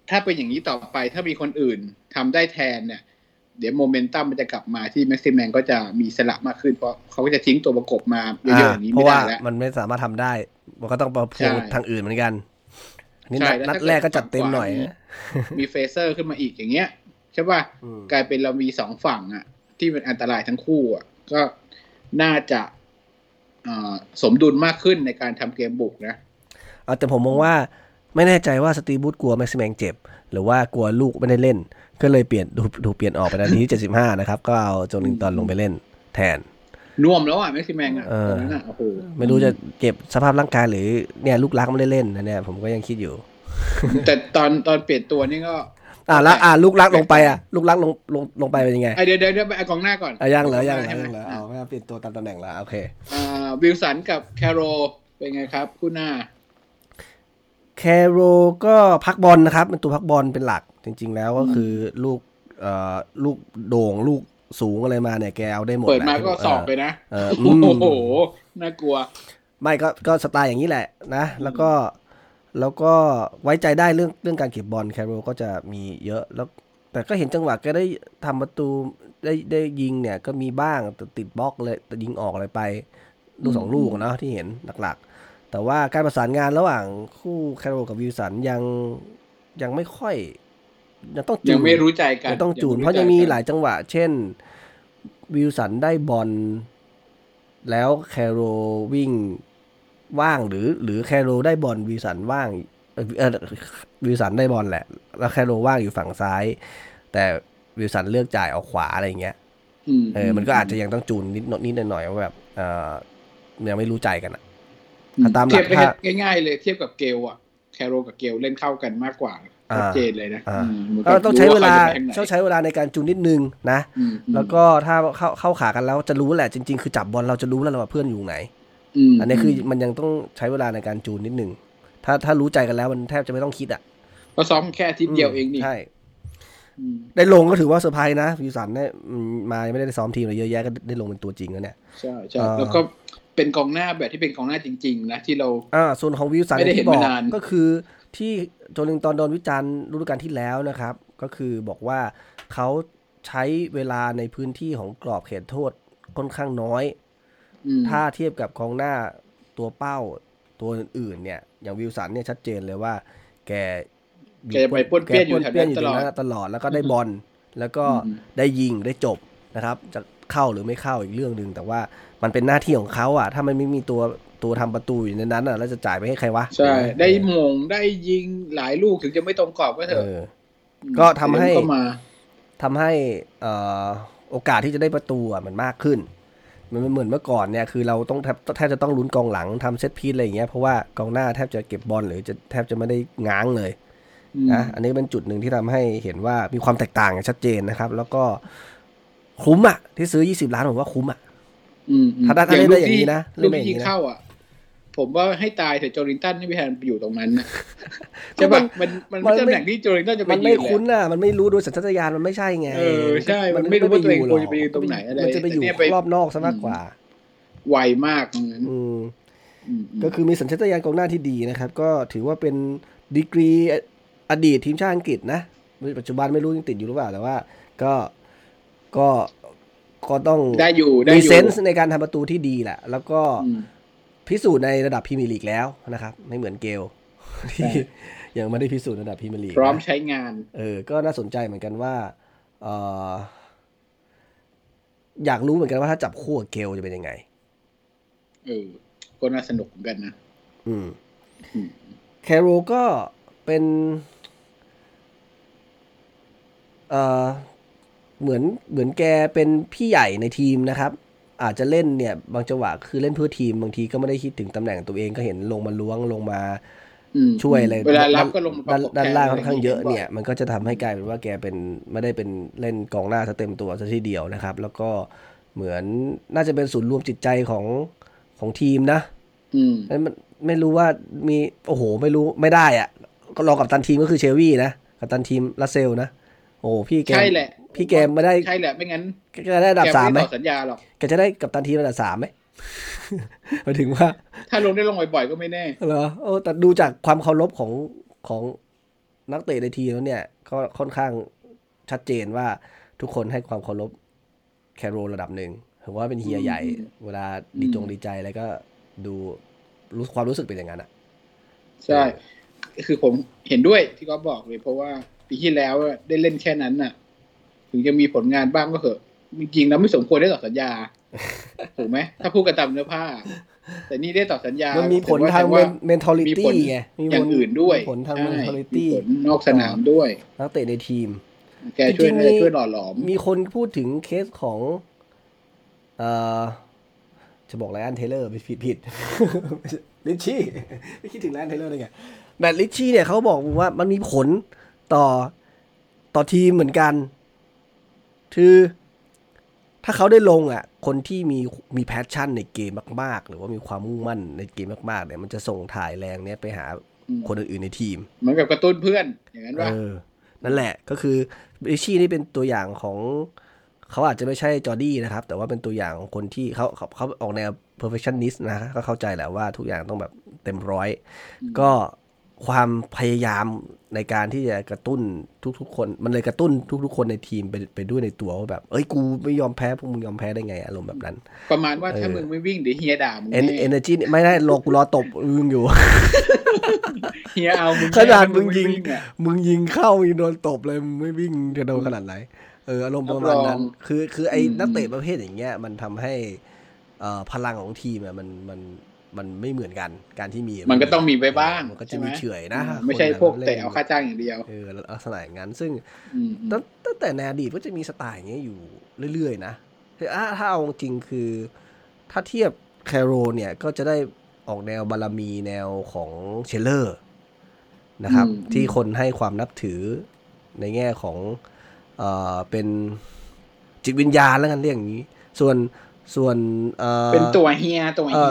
ถ้าเป็นอย่างนี้ต่อไปถ้ามีคนอื่นทำได้แทนเนี่ยเดี๋ยวโมเมนตัมมันจะกลับมาที่แม็กซิแมนก็จะมีสละมากขึ้นเพราะเขาก็จะทิ้งตัวประกบมาเยอะๆอย่างนี้ไม่ได้แล้วเพราะว่ามันไม่สามารถทำได้มันก็ต้องประพวงทางอื่นเหมือนกันอันนี้นัดแรกก็จัดเต็มหน่อยมีเฟเซอร์ขึ้นมาอีกอย่างเงี้ยใช่ป่ะกลายเป็นเรามีสองฝั่งอ่ะที่เป็นอันตรายทั้งคู่อ่ะก็น่าจะสมดุลมากขึ้นในการทำเกมบุกนะแต่ผมมองว่าไม่แน่ใจว่าสตีบูธกลัวแม็กซิแมนเจ็บหรือว่ากลัวลูกไม่ได้เล่นก็เลยเปลี่ยนดูเปลี่ยนออกไปนาทีที่75นะครับก็เอาโจลิงตันลงไปเล่นแทนน่วมแล้วอ่ะแม็กซิแมนอ่ะตอนนั้นอ่ะโอ้โหไม่รู้จะเก็บสภาพร่างกายหรือเนี่ยลูกรักไม่ได้เล่นนะเนี่ยผมก็ยังคิดอยู่แต่ตอนเปลี่ยนตัวนี่ก็แล้วลูกรักลงไปลูกรักลงไปเป็นยังไงเดี๋ยวไปกองหน้าก่อนยังเหรอเอาไม่เปลี่ยนตัวตามตำแหน่งแล้วโอเควิลสันกับแคโรเป็นไงครับคู่หน้าแคโรก็พักบอลนะครับเป็นตัวพักบอลเป็นหลักจริงๆแล้วก็คือลูกโด่งลูกสูงอะไรมาเนี่ยแกเอาได้หมดเปิดมาก็สอบไปนะโอ้โหน่ากลัวไม่ก็สไตล์อย่างนี้แหละนะแล้วก็ไว้ใจได้เรื่องการเก็บบอลแคโรก็จะมีเยอะแล้วแต่ก็เห็นจังหวะแกได้ทำประตูได้ยิงเนี่ยก็มีบ้างติดบล็อกเลยแต่ยิงออกอะไรไปลูก2ลูกเนาะที่เห็นหลักๆแต่ว่าการประสานงานระหว่างคู่แคโรกับวิลสันยังไม่ค่อยต้องจูนยังไม่รู้ใจกันต้องจูนเพราะยังมีหลายจังหวะเช่นวิลสันได้บอลแล้วแคโรวิ่งว่างหรือแคโรได้บอลวิลสันว่างวิลสันได้บอลแหละแล้วแคโรว่างอยู่ฝั่งซ้ายแต่วิลสันเลือกจ่ายออกขวาอะไรอย่างเงี้ยมันก็อาจจะยังต้องจูนนิดหน่อยว่าแบบยังไม่รู้ใจกันอ่ะตามหลักถ้าง่ายๆเลยเทียบกับเกลอ่ะแคโรกับเกลเล่นเข้ากันมากกว่าชัดเจนเลยนะต้องใช้เวลาในการจูนนิดนึงนะแล้วก็ถ้าเข้าขากันแล้วจะรู้แหละจริงๆคือจับบอลเราจะรู้แล้วว่าเพื่อนอยู่ไหนอันนี้คือมันยังต้องใช้เวลาในการจูนนิดนึงถ้ารู้ใจกันแล้วมันแทบจะไม่ต้องคิดอ่ะก็ซ้อมแค่อาทิตย์เดียวเองนี่ใช่ได้ลงก็ถือว่าเซอร์ไพรส์นะวิลสันเนี่ยมาไม่ได้ซ้อมทีมอะไรเยอะแยะก็ได้ลงเป็นตัวจริงแล้วเนี่ยใช่แล้วก็เป็นกองหน้าแบบที่เป็นกองหน้าจริงๆนะที่เราส่วนของวิลสันที่บอกก็คือที่โจลิงตันโดนวิจารณ์ฤดูกาลที่แล้วนะครับก็คือบอกว่าเขาใช้เวลาในพื้นที่ของกรอบเขตโทษค่อนข้างน้อยถ้าเทียบกับกองหน้าตัวเป้าตัวอื่นๆเนี่ยอย่างวิลสันเนี่ยชัดเจนเลยว่าแกไปป้วนเปี้ยนอยู่ตลอดแล้วก็ได้บอลแล้วก็ได้ยิงได้จบนะครับจะเข้าหรือไม่เข้าอีกเรื่องนึงแต่ว่ามันเป็นหน้าที่ของเขาอ่ะถ้ามันไม่มีตัวทำประตูอยู่ในนั้นอ่ะแล้วจะจ่ายไปให้ใครวะใช่ได้มงได้ยิงหลายลูกถึงจะไม่ตรงกรอบก็เถอะก็ทำให้โอกาสที่จะได้ประตูอ่ะมันมากขึ้นมันเหมือนเมื่อก่อนเนี่ยคือเราต้องแทบจะต้องลุ้นกองหลังทำเซตพีซอะไรอย่างเงี้ยเพราะว่ากองหน้าแทบจะเก็บบอลหรือจะแทบจะไม่ได้ง้างเลยนะอันนี้เป็นจุดหนึ่งที่ทำให้เห็นว่ามีความแตกต่างอย่างชัดเจนนะครับแล้วก็คุ้มอ่ะที่ซื้อ20 ล้านผมว่าคุ้มอ่ะถ้าได้อย่างนี้นะเรื่องที่เข้าอ่ะผมว่าให้ตายแต่โจลิงตันไม่แทนไปอยู่ตรงนั้นนะใช่ป่ะมันไม่ตำแหน่งที่โจลิงตันจะไปยืนมันไม่คุ้นอ่ะมันไม่รู้โดยสัญชาตญาณมันไม่ใช่ไงใช่มันไม่รู้ว่าตัวเองควรจะไปยืนตรงไหนอะไรมันจะไปอยู่รอบนอกซะมากกว่าไวมากตรงนั้นก็คือมีสัญชาตญาณกองหน้าที่ดีนะครับก็ถือว่าเป็นดีกรีอดีตทีมชาติอังกฤษนะปัจจุบันไม่รู้ยังติดอยู่หรือเปล่าแต่ว่าก็ต้องมีเซนส์ในการทำประตูที่ดีแหละแล้วก็พิสูจน์ในระดับพรีเมียร์ลีกแล้วนะครับไม่เหมือนเกลที่ยังไม่ได้พิสูจน์ระดับพรีเมียร์ลีกพร้อมใช้งานก็น่าสนใจเหมือนกันว่าอยากรู้เหมือนกันว่าถ้าจับคู่กับเกลจะเป็นยังไงก็น่าสนุกเหมือนกันนะแคโรก็เป็นเหมือนแกเป็นพี่ใหญ่ในทีมนะครับอาจจะเล่นเนี่ยบางจังหวะคือเล่นเพื่อทีมบางทีก็ไม่ได้คิดถึงตำแหน่งตัวเองก็เห็นลงมาล้วงลงมาช่วยอะไรเวลารับก็ลงด้านล่างค่อนข้างเยอะเนี่ยมันก็จะทำให้กลายเป็นว่าแกเป็นไม่ได้เป็นเล่นกองหน้าซะเต็มตัวซะทีเดียวนะครับแล้วก็เหมือนน่าจะเป็นศูนย์รวมจิตใจของทีมนะมันไม่รู้ว่ามีโอ้โหไม่รู้ไม่ได้อ่ะก็รองกัปตันทีมก็คือเชลวี่นะกัปตันทีมรัสเซลนะโอ้พี่แกใช่แหละพี่แกไม่ได้ใช่แหละไม่งั้นแกจะได้ระดับ3ไหมสัญญาหรอกแกจะได้กัปตันทีมระดับ3ไหมหมายถึงว่าถ้าลงได้ลงบ่อยๆก็ไม่แน่เหรอแต่ดูจากความเคารพของนักเตะในทีมแล้วเนี่ยก็ค่อนข้างชัดเจนว่าทุกคนให้ความเคารพแคโรระดับหนึ่งถือว่าเป็นเฮียใหญ่เวลาดีใจอะไรก็ดูความรู้สึกเป็นอย่างนั้นอ่ะใช่คือผมเห็นด้วยที่เขาบอกเลยเพราะว่าปีที่แล้วได้เล่นแค่นั้นน่ะถึงจะมีผลงานบ้างก็เถอะจริงๆแล้วไม่สมควรได้ต่อสัญญาถูกไหมถ้าพูดกันตามเนื้อผ้าแต่นี่ได้ต่อสัญญามันมีผลทาง mentality ไงมีอย่างอื่นด้วยผลทาง mentality ผลนอกสนามด้วยนักเตะในทีมแกช่วยหล่อหลอมมีคนพูดถึงเคสของจะบอกไลออนเทเลอร์ผิดลิชชี่ไม่คิดถึงไลออนเทเลอร์ได้ไงแมตต์ลิชชี่เนี่ยเขาบอกว่ามันมีผลต่อทีมเหมือนกันคือถ้าเขาได้ลงอ่ะคนที่มีแพชชั่นในเกมมากๆหรือว่ามีความมุ่งมั่นในเกมมากๆเนี่ยมันจะส่งถ่ายแรงเนี้ยไปหาคนอื่นๆในทีมเหมือนกับกระตุ้นเพื่อนอย่างนั้นว่านั่นแหละก็คือลิชชี่นี่เป็นตัวอย่างของเขาอาจจะไม่ใช่จอร์ดี้นะครับแต่ว่าเป็นตัวอย่างของคนที่เขาออกแนว perfectionist นะก็เข้าใจแหละว่าทุกอย่างต้องแบบเต็มร้อยก็ความพยายามในการที่จะกระตุ้นทุกๆคนมันเลยกระตุ้นทุกๆคนในทีมไปด้วยในตัวว่าแบบเอ้ยกูไม่ยอมแพ้พวกมึงยอมแพ้ได้ไงอารมณ์แบบนั้นประมาณว่าถ้ามึงไม่วิ่งเดี๋ยวเฮียด่ามึง energy ไม่ได้กูรอตบมึงอยู่เฮียเอามึงขนาดมึงยิงเข้ามึงโดนตบเลยมึงไม่วิ่งจะโดนขนาดไหนอารมณ์ประมาณนั้นคือไอ้นักเตะประเภทอย่างเงี้ยมันทำให้พลังของทีมมันไม่เหมือนกันการที่มีมันก็ต้องมีไปบ้างมันก็จะมีเฉื่อยนะไม่ใช่พวกเตะเอาค่าจ้างอย่างเดียวลักษณะอย่างนั้นซึ่งตั้งแต่ในอดีตก็จะมีสไตล์อย่างเงี้ยอยู่เรื่อยๆนะถ้าเอาจริงคือถ้าเทียบแคโรเนี่ยก็จะได้ออกแนวบารมีแนวของเชลเลอร์นะครับที่คนให้ความนับถือในแง่ของเป็นจิตวิญญาณแล้วกันเรียกอย่างนี้ส่วนเป็นตัวเฮีย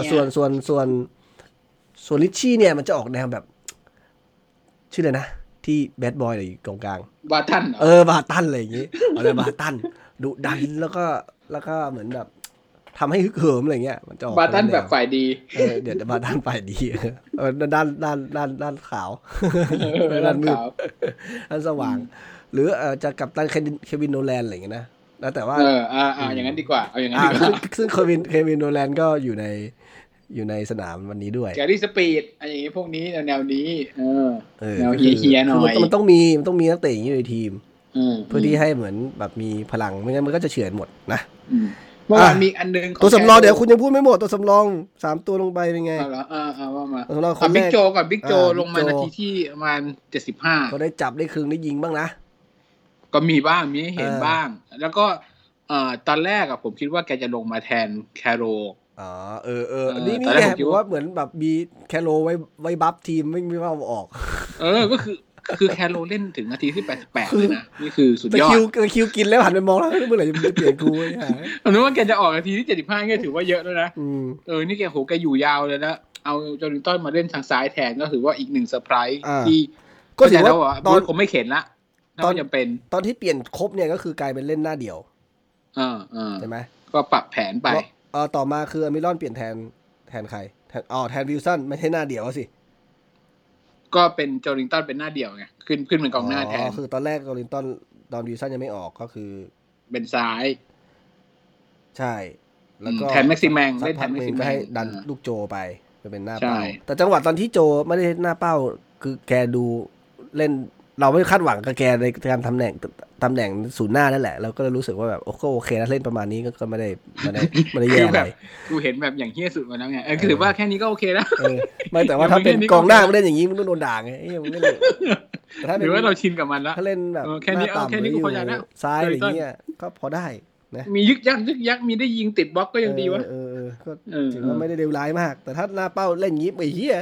ส่วนลิชชี่เนี่ยมันจะออกแนวแบบชื่ออะไรนะที่แบดบอยอะไรกองกลางบาตันบาตันอะไรอย่างงี้อะไรบาตันดุดันแล้วก็เหมือนแบบทำให้ฮึกเหิมอะไรเงี้ยมันจะออกบาตันแบบฝ่ายดีเดี๋ยวบาตันฝ่ายดีด้านขาวด้านมืดด้านสว่างหรือจะกับตันเควินโนแลนอะไรอย่างเงี้ยนะแล้วแต่ว่าอย่างนั้นดีกว่าเอาอย่างนั้นดีกว่าซึ่งเควินโนแลนก็อยู่ในสนามวันนี้ด้วยแกรี่สปีดอะไรอย่างงี้พวกนี้แนวนี้แนวเฮียหน่อยมันต้องมีนักเตะอย่างนี้ในทีมเพื่อที่ให้เหมือนแบบมีพลังไม่งั้นมันก็จะเฉือนหมดนะเมื่อวานมีอันนึงตัวสำรองเดี๋ยวคุณยังพูดไม่หมดตัวสำรอง3ตัวลงไปเป็นไงว่ามาบิ๊กโจก่อนบิ๊กโจลงมานาทีที่ประมาณ75 ก็ได้จับได้ครึ่งได้ยิงบ้างนะก็มีบ้างมีเห็นบ้างแล้วก็ตอนแรกผมคิดว่าแกจะลงมาแทนแคโรนี่แกบอกว่าเหมือนแบบมีแคโรไว้บัฟทีมไม่ว่าออกก็คือแคโรเล่นถึงนาทีที่88เลยนะนี่คือสุดยอดคิวกินแล้วหันไปมองแล้วเมื่อไหร่จะเปลี่ยนกูไอ้ห่าผมนึกว่าแกจะออกนาทีที่75ก็ถือว่าเยอะแล้วนะนี่แกอยู่ยาวเลยนะเอาจอร์ดินตันมาเล่นทางซ้ายแทนก็ถือว่าอีก1เซอร์ไพรส์ที่ก็ถือว่าตอนผมไม่เข็นละตอนที่เปลี่ยนครบเนี่ยก็คือกลายเป็นเล่นหน้าเดี่ยวใช่ไหมก็ปรับแผนไปต่อมาคืออมิรอนเปลี่ยนแทนใครแทนวิลสันไม่ใช่หน้าเดี่ยวสิก็เป็นโจลิงตันเป็นหน้าเดี่ยวไงขึ้นเป็นกองหน้าแทนคือตอนแรกโจลิงตันตอนวิลสันยังไม่ออกก็คือเป็นซ้ายใช่แล้วก็แทนแม็กซิแมงเล่นแทนแม็กซิแมงให้ดันลูกโจไปเป็นหน้าเป้าแต่จังหวะตอนที่โจไม่ได้หน้าเป้าคือแกดูเล่นเราไม่คาดหวังกับแกในการตำแหน่งศูนย์หน้านั่นแหละเราก็เลยรู้สึกว่าแบบโอเคนะเล่นประมาณนี้ก็ไม่ได้แย่อะไรกูเห็นแบบอย่างเฮี้ยสุดมาแล้วไงคือถือว่าแค่นี้ก็โอเคแล้วไม่แต่ว่าถ้าเป็นกองหน้าไม่เล่นอย่างนี้มันต้องโดนด่าไงมันไม่เล่นหรือว่าเราชินกับมันแล้วถ้าเล่นแบบแค่นี้กูพอใจแล้วซ้ายอะไรเงี้ยก็พอได้นะมียึกยักมีได้ยิงติดบล็อกก็ยังดีวะก็ถือว่าไม่ได้เลวร้ายมากแต่ถ้าหน้าเป้าเล่นงี้ไอ้เหี้ย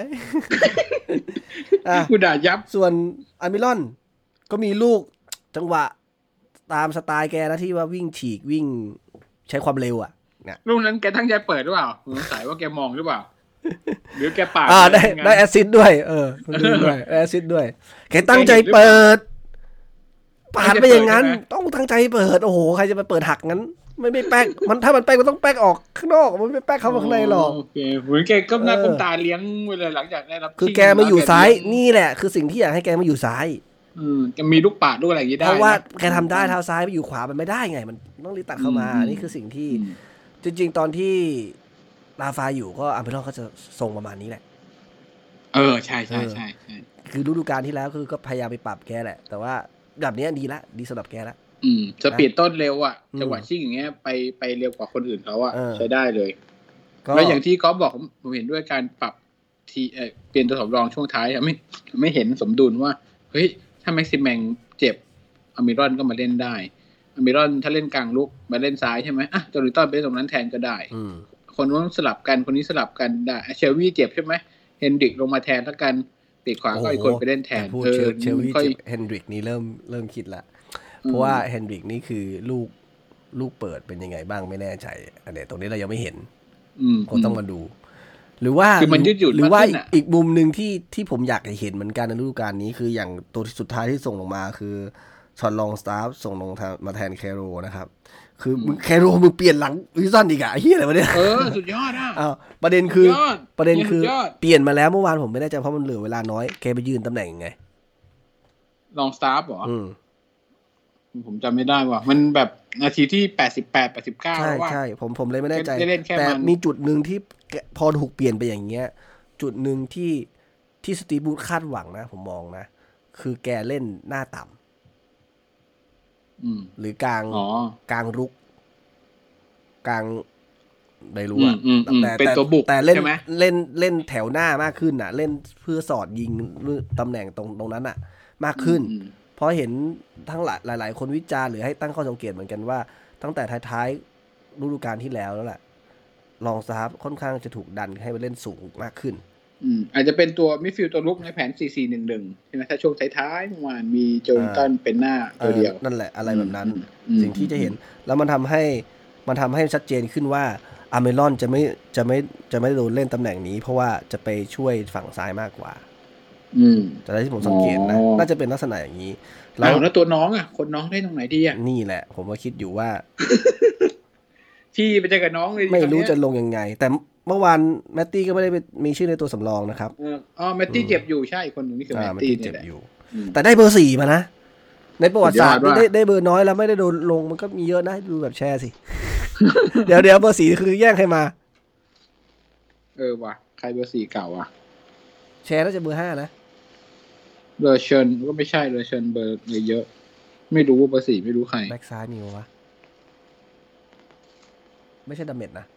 กูด่ายับส่วนอามิรอนก็มีลูกจังหวะตามสไตล์แกนะที่ว่าวิ่งฉีกวิ่งใช้ความเร็วเนี่ยลูกนั้นแกตั้งใจเปิดหรือเปล่าสงสัยว่าแกมองหรือเปล่าหรือแกปาดได้แอสซิสต์ด้วยด้วยแอสซิสต์ด้วยแกตั้งใจเปิดปาดไปอย่างนั้นต้องตั้งใจเปิดโอ้โหใครจะไปเปิดหักงั้นไม่แป๊กมันถ้ามันแป๊กมันต้องแป๊กออกข้างนอกมันไม่แป๊กเข้ามาข้างในหรอกโอเคเหมือนแกก้มหน้าก้มตาเลี้ยงเวลาหลังจากได้รับคือแกมาอยู่ซ้ายนี่แหละคือสิ่งที่อยากให้แกมาอยู่ซ้ายจะมีลูกปาดลูกอะไรอย่างงี้ได้เพราะว่านะแกทำได้เท้าซ้ายไปอยู่ขวามันไม่ได้ไงมันต้องรีบตัดเข้ามานี่คือสิ่งที่จริงๆตอนที่ราฟาอยู่ก็อาร์เมรอนก็จะทรงประมาณนี้แหละใช่คือฤดูกาลที่แล้วคือก็พยายามไปปรับแกแหละแต่ว่าแบบนี้ดีสำหรับแกแล้วสปีดต้นเร็วอ่ะจังหวะชิ่งอย่างเงี้ยไปเร็วกว่าคนอื่นเขาอ่ะใช้ได้เลยแล้วอย่างที่ก๊อฟบอกผมเห็นด้วยการปรับทีเปลี่ยนตัวสำรองช่วงท้ายไม่เห็นสมดุลว่าเฮ้ยถ้าแม็กซิแมงเจ็บอามิรอนก็มาเล่นได้อามิรอนถ้าเล่นกลางลุกมาเล่นซ้ายใช่ไหมอ่ะโจลิตันไปเล่นตรงนั้นแทนก็ได้คนนู้นสลับกันคนนี้สลับกันได้เชลวี่เจ็บใช่ไหมเฮนดริกลงมาแทนแล้วกันปีกขวาก็อีกคนไปเล่นแทนพูดเชลวี่เจ็บเฮนดริกนี่เริ่มคิดละเพราะว่าเฮนดริกนี่คือลูกเปิดเป็นยังไงบ้างไม่แน่ใจอันนี้ตรงนี้เรายังไม่เห็นคนต้องมาดูหรือว่าอีกมุมหนึ่งที่ผมอยากเห็นเหมือนกันในฤดูกาลนี้คืออย่างตัวสุดท้ายที่ส่งลงมาคือช็อตลองสตาฟส่งลงมาแทนแคโรนะครับคือแคโรมึงเปลี่ยนหลังวิซันอีกอะเฮียอะไรวะเนี่ยสุดยอดอ่ะประเด็นคือเปลี่ยนมาแล้วเมื่อวานผมไม่แน่ใจเพราะมันเหลือเวลาน้อยแกไปยืนตำแหน่งไงลองสตาฟเหรอผมจำไม่ได้ว่ะมันแบบนาทีที่88 89 ใช่ผมเลยไม่แน่ใจแต่มีจุดนึงที่พอถูกเปลี่ยนไปอย่างเงี้ยจุดนึงที่สตีฟบูธคาดหวังนะผมมองนะคือแกเล่นหน้าต่ำหรือกลางรุกกลางไม่รู้อะเป็นตัวบุกแต่เล่นแถวหน้ามากขึ้นน่ะเล่นเพื่อสอดยิงตำแหน่งตรงนั้นน่ะมากขึ้นเพราะเห็นทั้งหลายคนวิจารณ์หรือให้ตั้งข้อสังเกตเหมือนกันว่าตั้งแต่ท้ายๆฤดูกาลที่แล้วแหละลองซาฟค่อนข้างจะถูกดันให้ไปเล่นสูงมากขึ้นอาจจะเป็นตัวมิดฟิลด์ตัวลุกในแผน 4-4-1-1 ใช่ไหมถ้าช่วงท้ายๆเมื่อวานมีโจลินตันเป็นหน้าตัวเดียวนั่นแหละอะไรแบบนั้นสิ่งที่จะเห็นแล้วมันทำให้ชัดเจนขึ้นว่าอาร์เมรอนจะไม่โดนเล่นตำแหน่งนี้เพราะว่าจะไปช่วยฝั่งซ้ายมากกว่าแต่ที่ผมสังเกตนะน่าจะเป็นลักษณะอย่างนี้แล้วตัวน้องอ่ะคนน้องได้ตรงไหนดีอ่ะนี่แหละผมก็คิดอยู่ว่าที่ไปเจอกับน้องเลยไม่รู้จะลงยังไงแต่เมื่อวานแมตตี้ก็ไม่ได้มีชื่อในตัวสำรองนะครับแมตตี้เจ็บอยู่ใช่คนนึงนี่คือแมตตี้เจ็บอยู่แต่ได้เบอร์4มานะในประวัติศาสตร์ได้เบอร์น้อยแล้วไม่ได้โดนลงมันก็มีเยอะนะดูแบบแชร์สิ เดี๋ยวเบอร์4คือแย่งใครมาว่ะใครเบอร์4เก่าอ่ะแชร์น่าจะเบอร์5นะเบอร์เชิญก็ไม่ใช่เลยเชิญเบอร์เยอะไม่รู้ว่าเบอร์4ไม่รู้ใครแบ็คซ้ายมีวะไม่ใช่ดาเมจนะ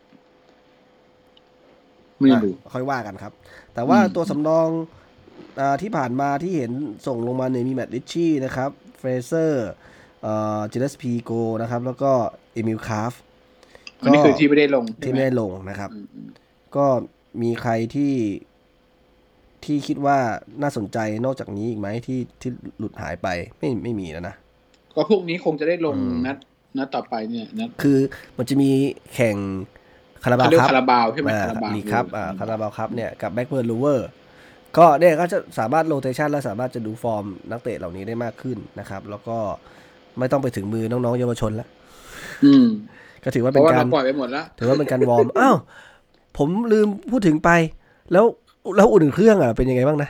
ไม่รู้ค่อยว่ากันครับแต่ว่าตัวสำรองที่ผ่านมาที่เห็นส่งลงมาเนี่ยมีแมตต์ริชชี่นะครับเฟรเซอร์เจเลสพีโกนะครับแล้วก็เอมิลคาร์ฟอันนี้คือที่ไม่ได้ลงนะครับก็มีใครที่คิดว่าน่าสนใจนอกจากนี้อีกไหมที่หลุดหายไปไม่มีแล้วนะก็พวกนี้คงจะได้ลงนัดต่อไปเนี่ยนะคือมันจะมีแข่งคาราบาวครับคาราบาวใช่ไหมคาราบาวลีกครับคาราบาวครับเนี่ยกับแบ็คเบิร์นลูเวอร์ก็เนี่ยก็จะสามารถโรเตชันและสามารถจะดูฟอร์มนักเตะเหล่านี้ได้มากขึ้นนะครับแล้วก็ไม่ต้องไปถึงมือน้องๆเยาวชนแล้วก็ถือว่าเป็นการปล่อยไปหมดแล้วถือว่าเป็นการวอร์มอ้าวผมลืมพูดถึงไปแล้วอุ่นเครื่องเป็นยังไงบ้างนะ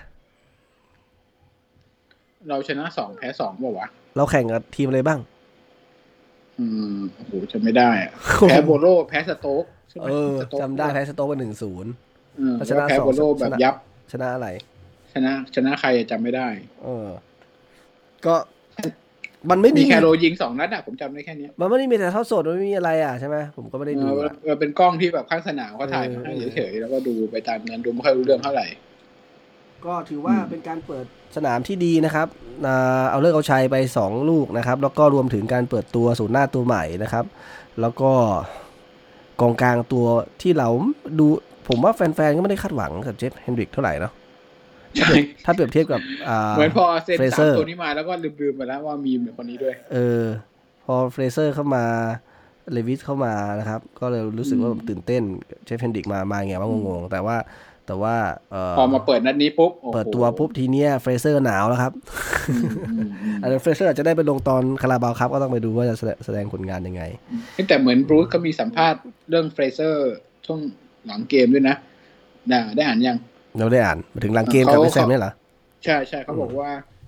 เราชนะ2แพ้2ป่าววะเราแข่งกับทีมอะไรบ้างโอ้โหจำไม่ได้แพ้โบโลแพ้สโต๊กจำได้แพ้สโต๊กไป 1-0 ชนะแพ้โบโลแบบยับชนะอะไรชนะใครจำไม่ได้ก็มันไม่มีแคโรยิง2นัดผมจำได้แค่นี้มันไม่ได้มีแต่ทอดสดมันไม่มีอะไรใช่ไหมผมก็ไม่ได้ดูเป็นกล้องที่แบบข้างสนามเขาถ่ายมาให้เฉยๆแล้วก็ดูไปตามนั้นดูไม่ค่อยรู้เรื่องเท่าไหร่ก็ถือว่าเป็นการเปิดสนามที่ดีนะครับเอาเลิกเอาชัยไป2ลูกนะครับแล้วก็รวมถึงการเปิดตัวศูนย์หน้าตัวใหม่นะครับแล้วก็กองกลางตัวที่เราดูผมว่าแฟนๆก็ไม่ได้คาดหวังกับเจฟเฮนดริกเท่าไหร่เนาะถ้าเปรียบเทียบกับเหมือนพอเซ็น3ตัวนี้มาแล้วก็ลืมไปแล้วว่ามีคนนี้ด้วยพอเฟรเซอร์เข้ามาเลวิสเข้ามานะครับก็เลยรู้สึกว่าตื่นเต้นเจฟเฮนดริกมาไงว่างงๆแต่ว่าพอมาเปิดนัดนี้ปุ๊บเปิดตัวปุ๊บทีเนี้ยเฟรเซอร์หนาวแล้วครับอันนี้เฟรเซอร์อาจจะได้ไปลงตอนคาราบาวครับก็ต้องไปดูว่าจะแสดงผลงานยังไงแต่เหมือนบรูซก็มีสัมภาษณ์เรื่องเฟรเซอร์ช่วงหลังเกมด้วยนะได้อ่านยังเราได้อ่านมาถึงหลังเกมกับเวสต์แฮมเนี่ยเหรอใช่เขาบอกว่า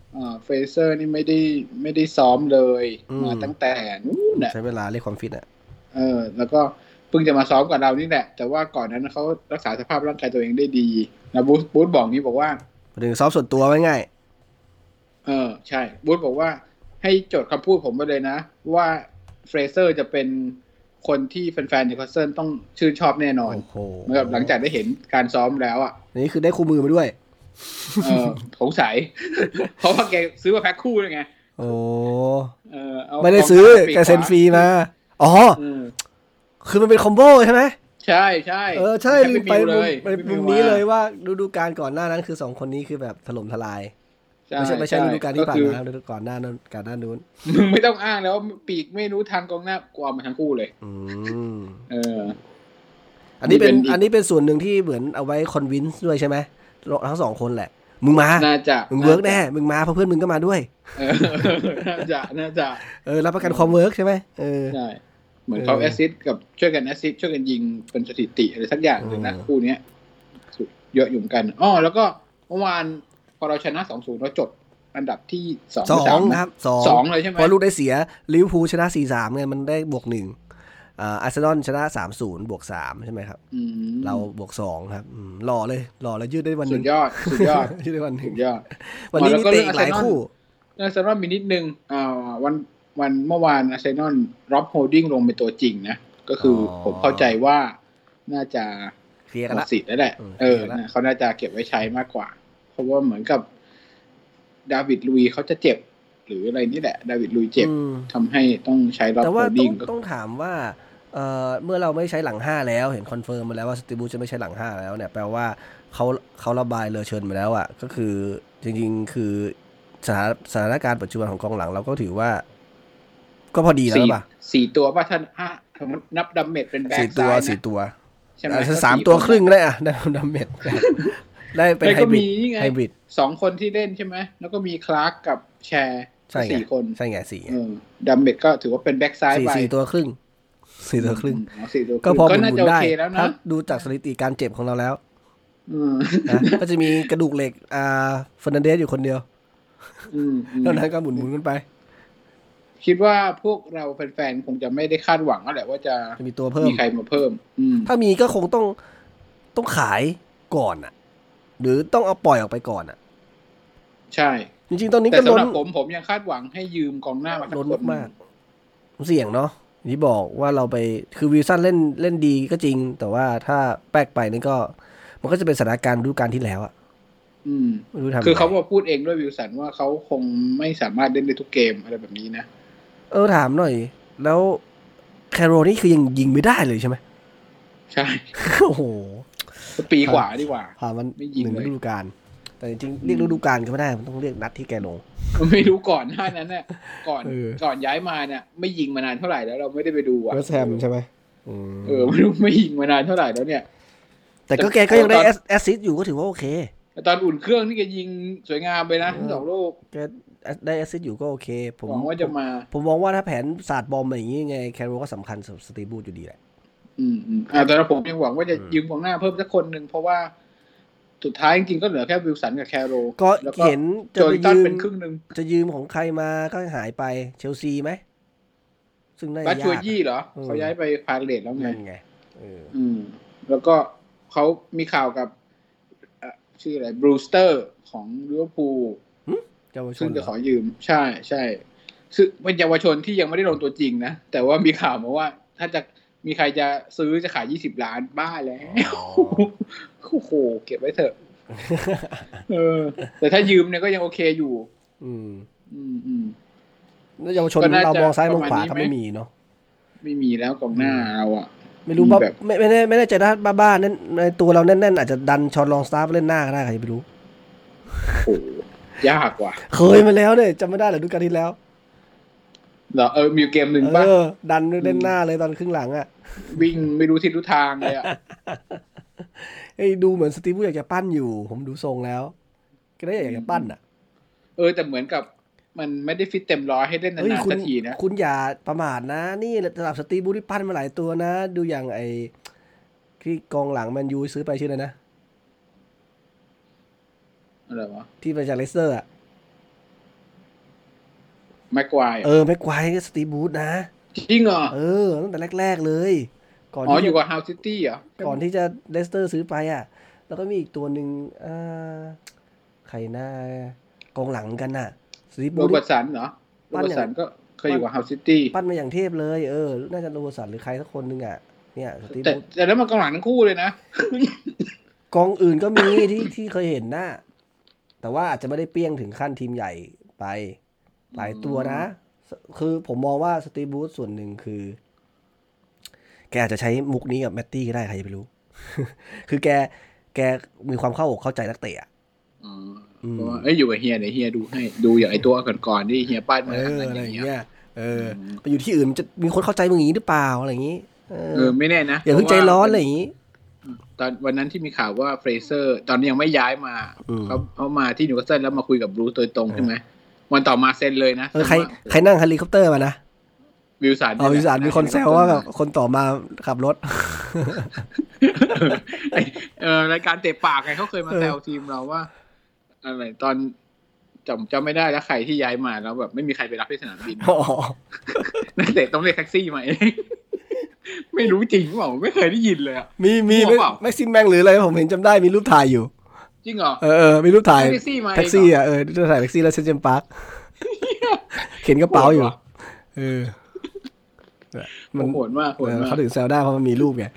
เฟเซอร์นี่ไม่ได้ซ้อมเลยมาตั้งแต่นู้นน่ะใช้เวลาเรียกความฟิตอ่ะแล้วก็เพิ่งจะมาซ้อมกับเรานี่แหละแต่ว่าก่อนนั้นเขารักษาสภาพร่างกายตัวเองได้ดีนะบูธบอกนี้บอกว่าถึงซ้อมส่วนตัวไว้ง่ายใช่บูธบอกว่าให้จดคำพูดผมไปเลยนะว่าเฟรเซอร์จะเป็นคนที่แฟนๆนิวคาสเซิลต้องชื่นชอบแน่นอนเหมือนกับหลังจากได้เห็นการซ้อมแล้วอ่ะนี่คือได้คู่มือมาด้วยสงสัยเพราะว่าแกซื้อมาแพ็คคู่เลยไงโอ้ไม่ได้ซื้อแกเซ็นฟรีมาอ๋อคือมันเป็นคอมโบใช่ไหมใช่ใช่ใช่ลืมไปมุมนี้เลยว่าฤดูกาลก่อนหน้านั้นคือสองคนนี้คือแบบถล่มทลายไม่ใช่ฤดูกาลที่ผ่านมาฤดูก่อนหน้านั้นการหน้านู้นมึงไม่ต้องอ้างแล้วปีกไม่รู้ทางกองหน้ากวามาทั้งคู่เลยอันนี้เป็นส่วนหนึ่งที่เหมือนเอาไว้คอนวินส์ด้วยใช่ไหมทั้งสองคนแหละมึงมามึงเวิร์กแน่มึงมาเพราะเพื่อนมึงก็มาด้วยน่าจะรับประกันความเวิร์กใช่ไหมใช่เหมือนเขาแอสซิสกับช่วยกันแอสซิสช่วยกันยิงเป็นสถิติอะไรสักอย่างหนึ่งนะคู่นี้เยอะอยู่เหมือนกันแล้วก็เมื่อวานพอเราชนะ 2-0 เราจบอันดับที่2 นะครับ 2เลยใช่ไหมพอลูกได้เสียลิเวอร์พูลชนะ 4-3 ไงมันได้บวก1อาร์เซนอลชนะ 3-0 บวก3ใช่ไหมครับเราบวก2ครับหล่อเลยยืดได้วันนึงสุดยอดยืดได้วันนึงยอดวันนี้มีเตะหลายคู่อาร์เซนอลมีนิดนึงวันเมื่อวานอาร์เซนอลร็อบโฮลดิ้งลงเป็นตัวจริงนะก็คือผมเข้าใจว่าน่าจะเคลียร์กันละสิทธิ์แล้วแหละเขาน่าจะเก็บไว้ใช้มากกว่าเพราะว่าเหมือนกับดาวิดลุยเขาจะเจ็บหรืออะไรนี่แหละดาวิดลุยเจ็บทำให้ต้องใช้ร็อบโฮลดิ้งต้องถามว่าเมื่อเราไม่ใช้หลัง5แล้วเห็นคอนเฟิร์มมาแล้วว่าสตีบูจะไม่ใช้หลัง5แล้วเนี่ยแปลว่าเขาระบายเลอเชิญมาแล้วอ่ะก็คือจริงๆคือสถานการณ์ปัจจุบันของกองหลังเราก็ถือว่าก็พอดีแล้วป่ะ 4 ตัวป่ะท่านนับดัมเมจเป็นแบ็คซ้าย 4 ตัวใช่ไหม3 ตัวครึ่งได้อ่ะได้ดัมเมจได้เป็นไฮบริด 2 คนที่เล่นใช่ไหมแล้วก็มีคลาร์กกับแชร์4 คนใช่ไง 4ดัมเมจก็ถือว่าเป็นแบ็คซ้ายไป 4 ตัวครึ่งก็พอหมุนได้ถ้าดูจากสถิติการเจ็บของเราแล้วก็จะมีกระดูกเหล็กเฟอร์นันเดสอยู่คนเดียวแล้วนั้นก็หมุนกันไปคิดว่าพวกเราแฟนๆคงจะไม่ได้คาดหวังแล้วแหละว่าจะมีตัวเพิ่มมีใครมาเพิ่มถ้ามีก็คงต้องขายก่อนอ่ะหรือต้องเอาปล่อยออกไปก่อนอ่ะใช่จริงๆตอนนี้ก็ล้นผมยังคาดหวังให้ยืมกองหน้ามาล้นมากเสี่ยงเนาะที่บอกว่าเราไปคือวิลสันเล่นดีก็จริงแต่ว่าถ้าแป๊กไปนี่ก็มันก็จะเป็นสถานการณ์ฤดูกาลที่แล้วอ่ะคือเขาบอกพูดเองด้วยวิลสันว่าเขาคงไม่สามารถเล่นได้ทุกเกมอะไรแบบนี้นะถามหน่อยแล้วแคโรนี่คือยังยิงไม่ได้เลยใช่ไหมใช่โอ้โหปีกว่าดีกว่าผ่านมัน1 ฤดูกาลแต่จริงเรียกฤดูกาลก็ไม่ได้มันต้องเรียกนัดที่แกลงไม่รู้ก่อนหน้านั้นเนี่ยก่อนย้ายมาเนี่ยไม่ยิงมานานเท่าไหร่แล้วเราไม่ได้ไปดูอ่ะก็แซมใช่ไหมไม่รู้ไม่ยิงมานานเท่าไหร่แล้วเนี่ยแต่ก็แกก็ยังได้แอสซิสต์อยู่ก็ถือว่าโอเคตอนอุ่นเครื่องนี่แกยิงสวยงามไปนะทั้ง2 ลูกแกได้แอสซิสต์อยู่ก็โอเคผมหวังว่าจะมาผมมองว่าถ้าแผนศาสตร์บอมอย่างนี้ไงแคโรก็สำคัญสตีบูธอยู่ดีแหละแต่ผมยังหวังว่าจะยืมกองหน้าเพิ่มสักคนนึงเพราะว่าสุดท้ายจริงๆก็เหลือแค่วิลสันกับแคโรก็เห็นจะยืมเป็นครึ่งนึงจะยืมของใครมาก็หายไปเชลซีไหมซึ่งน่ายากบัตชัวยี่เหรอเขาย้ายไปพาเลทแล้วไงแล้วก็เขามีข่าวกับชื่ออะไรบรูสเตอร์ของลิเวอร์พูลซึ่งจะขอยืมใช่ซึ่งเป็นเยาวชนที่ยังไม่ได้ลงตัวจริงนะแต่ว่ามีข่าวมาว่าถ้าจะมีใครจะซื้อจะขาย20 ล้านบ้าแล้วโอ้โหเก็บไว้เถอะแต่ถ้ายืมเนี่ยก็ยังโอเคอยู่เยาวชนเรามองซ้ายมองขวาก็ไม่มีเนาะไม่มีแล้วกองหน้าเราอ่ะไม่รู้แบบไม่ได้ใจด้านบ้าๆนั่นในตัวเราแน่นๆอาจจะดันชอนลองสตาร์เล่นหน้าก็ได้ใครจะไปรู้โอ้ยากกว่าเคยมาแล้วเนี่ยจำไม่ได้เหรอดูกันที่แล้วเหรอมีเกมหนึ่งป่ะดันเล่นหน้าเลยตอนครึ่งหลังอ่ะวิ่งไม่รู้ทิศรู้ทางเลยอ่ะดูเหมือนสตีฟอยากจะปั้นอยู่ผมดูทรงแล้วก็ได้อยากจะปั้นอ่ะแต่เหมือนกับมันไม่ได้ฟิตเต็มร้อยให้เล่นนานๆสักทีนะคุณอย่าประมาทนะนี่ระดับสตีฟที่ปั้นมาหลายตัวนะดูอย่างไอ้ที่กองหลังแมนยูซื้อไปชื่ออะไรนะอะไรวะที่มาจากเลสเตอร์อ่ะแม็กควายแม็กไกวร์สตีฟบูธนะจริงเหรอตั้งแต่แรกๆเลยก่อนที่อยู่กับฮาวซิตี้เหรอก่อนที่จะเลสเตอร์ซื้อไปอ่ะแล้วก็มีอีกตัวหนึ่งใครหน้ากองหลังกันน่ะสตีฟบูธโรเบิร์ตสันเหรอโรเบิร์ตสันก็เคยอยู่กับฮาวซิตี้ปั้นมาอย่างเทพเลยน่าจะโรเบิร์ตสันหรือใครสักคนนึงอ่ะเนี่ยสตีฟบูธแต่แล้วมันกองหลังทั้งคู่เลยนะกองอื่นก็มีที่เคยเห็นนะแต่ว่าอาจจะไม่ได้เปี้ยงถึงขั้นทีมใหญ่ไปหลายตัวนะคือผมมองว่าสตีฟบูธส่วนหนึ่งคือแกอาจจะใช้มุกนี้กับแมตตี้ก็ได้ใครจะไปรู้ คือแกมีความเข้าอกเข้าใจนักเตะเพราะว่าอยู่กับเฮียเดี๋ยวเฮียดูให้ดูอย่างไอตัวก่อนๆที่เฮียปั้นมาอะไรอย่างเงี้ยไปอยู่ที่อื่นจะมีคนเข้าใจมึงอย่างนี้หรือเปล่าอะไรอย่างงี้ไม่แน่นะอย่าเพิ่งใจร้อนอะไรอย่างงี้ตอนวันนั้นที่มีข่าวว่าเฟรเซอร์ตอนนี้ยังไม่ย้ายมาเขามาที่นิวคาสเซิลแล้วมาคุยกับบรูซโดยตรงใช่ไหมวันต่อมาเซ็นเลยนะใครนั่งเฮลิคอปเตอร์มานะวิลสันวิลสันมีคนแซวว่าแบบคนต่อมาขับรถรายการเตะปากไงเขาเคยมาแซวทีมเราว่าอะไรตอนจำไม่ได้แล้วใครที่ย้ายมาแล้วแบบไม่มีใครไปรับที่สนามบินนักเตะต้องเรียกแท็กซี่มาเองไม่รู้จริงเปล่าไม่เคยได้ยินเลยมีแม็กซิมแมงหรืออะไรผมเห็นจำได้มีรูปถ่ายอยู่จริงเหรอมีรูปถ่ายแท็กซี่จะถ่ายแท็กซี่แล้วเซนเจมพาร์คเข็นกระเป๋าอยู่มันโหดมากเขาถึงแซวได้เพราะมันมีรูปไง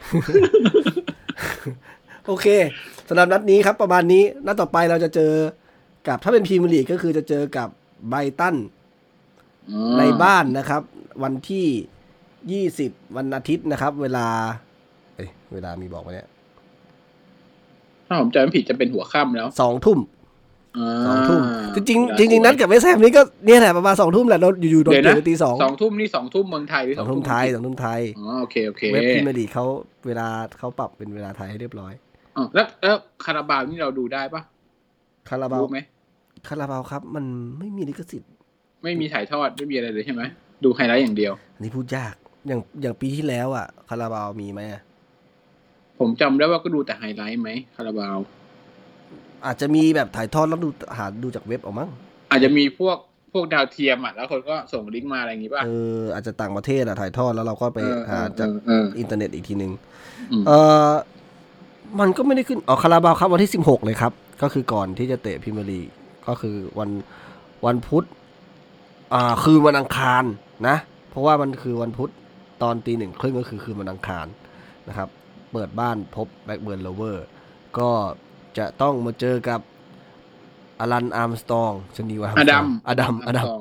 โอเคสำหรับนัดนี้ครับประมาณนี้นัดต่อไปเราจะเจอกับถ้าเป็นพรีเมียร์ลีกก็คือจะเจอกับไบรตันในบ้านนะครับวันที่20วันอาทิตย์นะครับเวลามีบอกมาเนี่ยถ้าผมจำไม่ผิดจะเป็นหัวค่ำแล้ว 2 ทุ่มจริงนัดกับเวสต์แฮมนี่ก็เนี่ยแหละประมาณ2 ทุ่มแหละเราอยู่ๆโดนเตะตี 2 2 ทุ่มนี่2 ทุ่มเมืองไทยหรือ 2 ทุ่มไทยโอเคเว็บพรีเมียร์ลีกเขาเวลาเขาปรับเป็นเวลาไทยให้เรียบร้อยแล้วคาราบาวนี่เราดูได้ปะคาราบาวไหมคาราบาวครับมันไม่มีลิขสิทธิ์ไม่มีถ่ายทอดไม่มีอะไรเลยใช่ไหมดูไฮไลท์อย่างเดียวอันนี้พูดยากอย่างปีที่แล้วอ่ะคาราบาวมีไหมผมจำได้ว่าก็ดูแต่ไฮไลท์ไหมคาราบาวอาจจะมีแบบถ่ายทอดแล้วดูจากเว็บเอามั้งอาจจะมีพวกดาวเทียมอ่ะแล้วคนก็ส่งลิงก์มาอะไรอย่างงี้ป่ะอาจจะต่างประเทศอ่ะถ่ายทอดแล้วเราก็ไปหาจากอินเทอร์เน็ตอีกทีนึงมันก็ไม่ได้ขึ้นคาราบาวครับวันที่16เลยครับก็คือก่อนที่จะเตะพรีเมียร์ลีกก็คือวันพุธคืนวันอังคารนะเพราะว่ามันคือวันพุธตอน 1:30 ก็คือคืนวันอังคารนะครับเปิดบ้านพบแบล็คเบิร์นโรเวอร์ก็จะต้องมาเจอกับอลันอาร์มสตรองชนีวะอดัมอาร์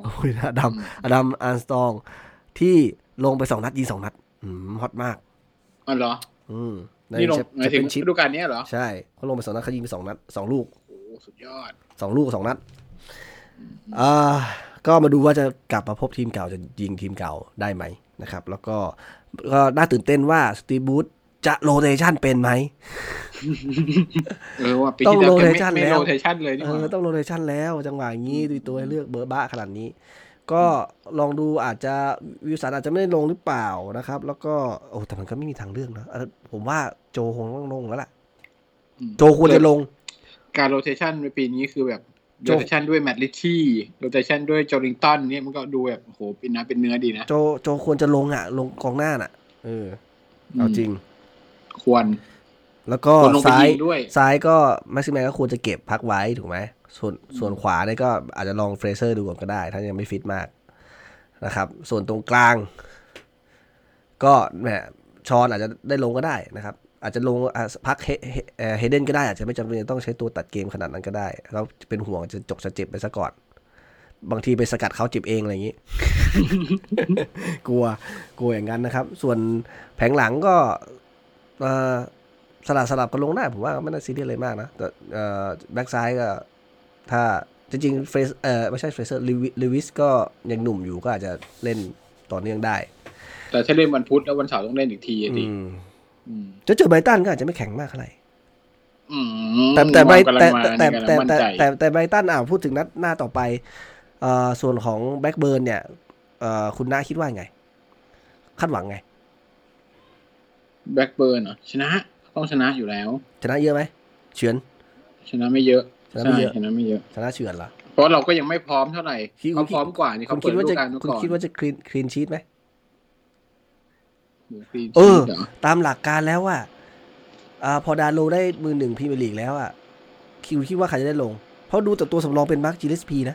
มสตรองที่ลงไป2 นัดยิง2 นัดฮอตมากเหรอนี่ลงในถึงฤดูกาลนี้เหรอใช่เขาลงไป2 นัดเขายิงไป2 นัด2 ลูกโอ้สุดยอด 2 ลูก 2 นัดก็มาดูว่าจะกลับมาพบทีมเก่าจะยิงทีมเก่าได้ไหมนะครับแล้วก็น่าตื่นเต้นว่าสตีฟบูธจะโรเทชันเป็นไหมว่าปีที่แล้วไม่โรเทชันเลยต้องโรเทชันแล้วจังหวะงี้ดูตัวให้เลือกเบอร์บ้าขนาดนี้ก็ลองดูอาจจะวิวสันอาจจะไม่ได้ลงหรือเปล่านะครับแล้วก็แต่มันก็ไม่มีทางเลือกนะผมว่าโจคงต้องลงแล้วล่ะโจควรจะลงการโรเทชันในปีนี้คือแบบโรเทชันด้วยแมตต์ลิชชี่โรเทชันด้วยโจลิงตันเนี่ยมันก็ดูแบบโหเป็นเนื้อดีนะโจควรจะลงลงกองหน้าน่ะเอาจริงควรแล้วก็ซ้ายก็แม็กซิแมนก็ควรจะเก็บพักไว้ถูกไหมส่วนขวาเนี่ยก็อาจจะลองเฟรเซอร์ดูก่อนก็ได้ถ้ายังไม่ฟิตมากนะครับส่วนตรงกลางก็แหมชอนอาจจะได้ลงก็ได้นะครับอาจจะลงพักเฮเดนก็ได้อาจจะไม่จำเป็นต้องใช้ตัวตัดเกมขนาดนั้นก็ได้แล้วเป็นห่วงจะเจ็บไปซะก่อนบางทีไปสกัดเขาเจ็บเองอะไรอย่างนี้ กลัวอย่างนั้นนะครับส่วนแผงหลังก็สลับกันลงได้ผมว่าไม่น่าซีเรียสเลยมากนะแต่แบ็คซ้ายก็ถ้าจริงๆไม่ใช่เฟรเซอร์ลิวิสก็ยังหนุ่มอยู่ก็อาจจะเล่นต่อเนื่องได้แต่ถ้าเล่นวันพุธแล้ววันเสาร์ต้องเล่นอีกทีดิจะเจอไบรตันก็อาจจะไม่แข็งมากเท่าไหร่แต่ไบรตันพูดถึงนัดหน้าต่อไปส่วนของแบล็คเบิร์นเนี่ยคุณน้าคิดว่าไงคาดหวังไงแบล็คเบิร์นเหรอชนะต้องชนะอยู่แล้วชนะเยอะไหมเฉือนชนะไม่เยอะชนะไม่เยอะชนะเฉือนเหรอเพราะเราก็ยังไม่พร้อมเท่าไหร่เขาพร้อมกว่านี่คุเขาณเปิคิดดว่าฤดูจะกาลมาคุณก่อนคิดว่าจะคลีนชีทไหม clean เออ sheet เหรอตามหลักการแล้วอ่ะพอดาโลได้มือหนึ่งพรีเมียร์ลีกแล้วอ่ะคิดว่าใครจะได้ลงเพราะดูแต่ตัวสำรองเป็นมาร์คจิเลสพีนะ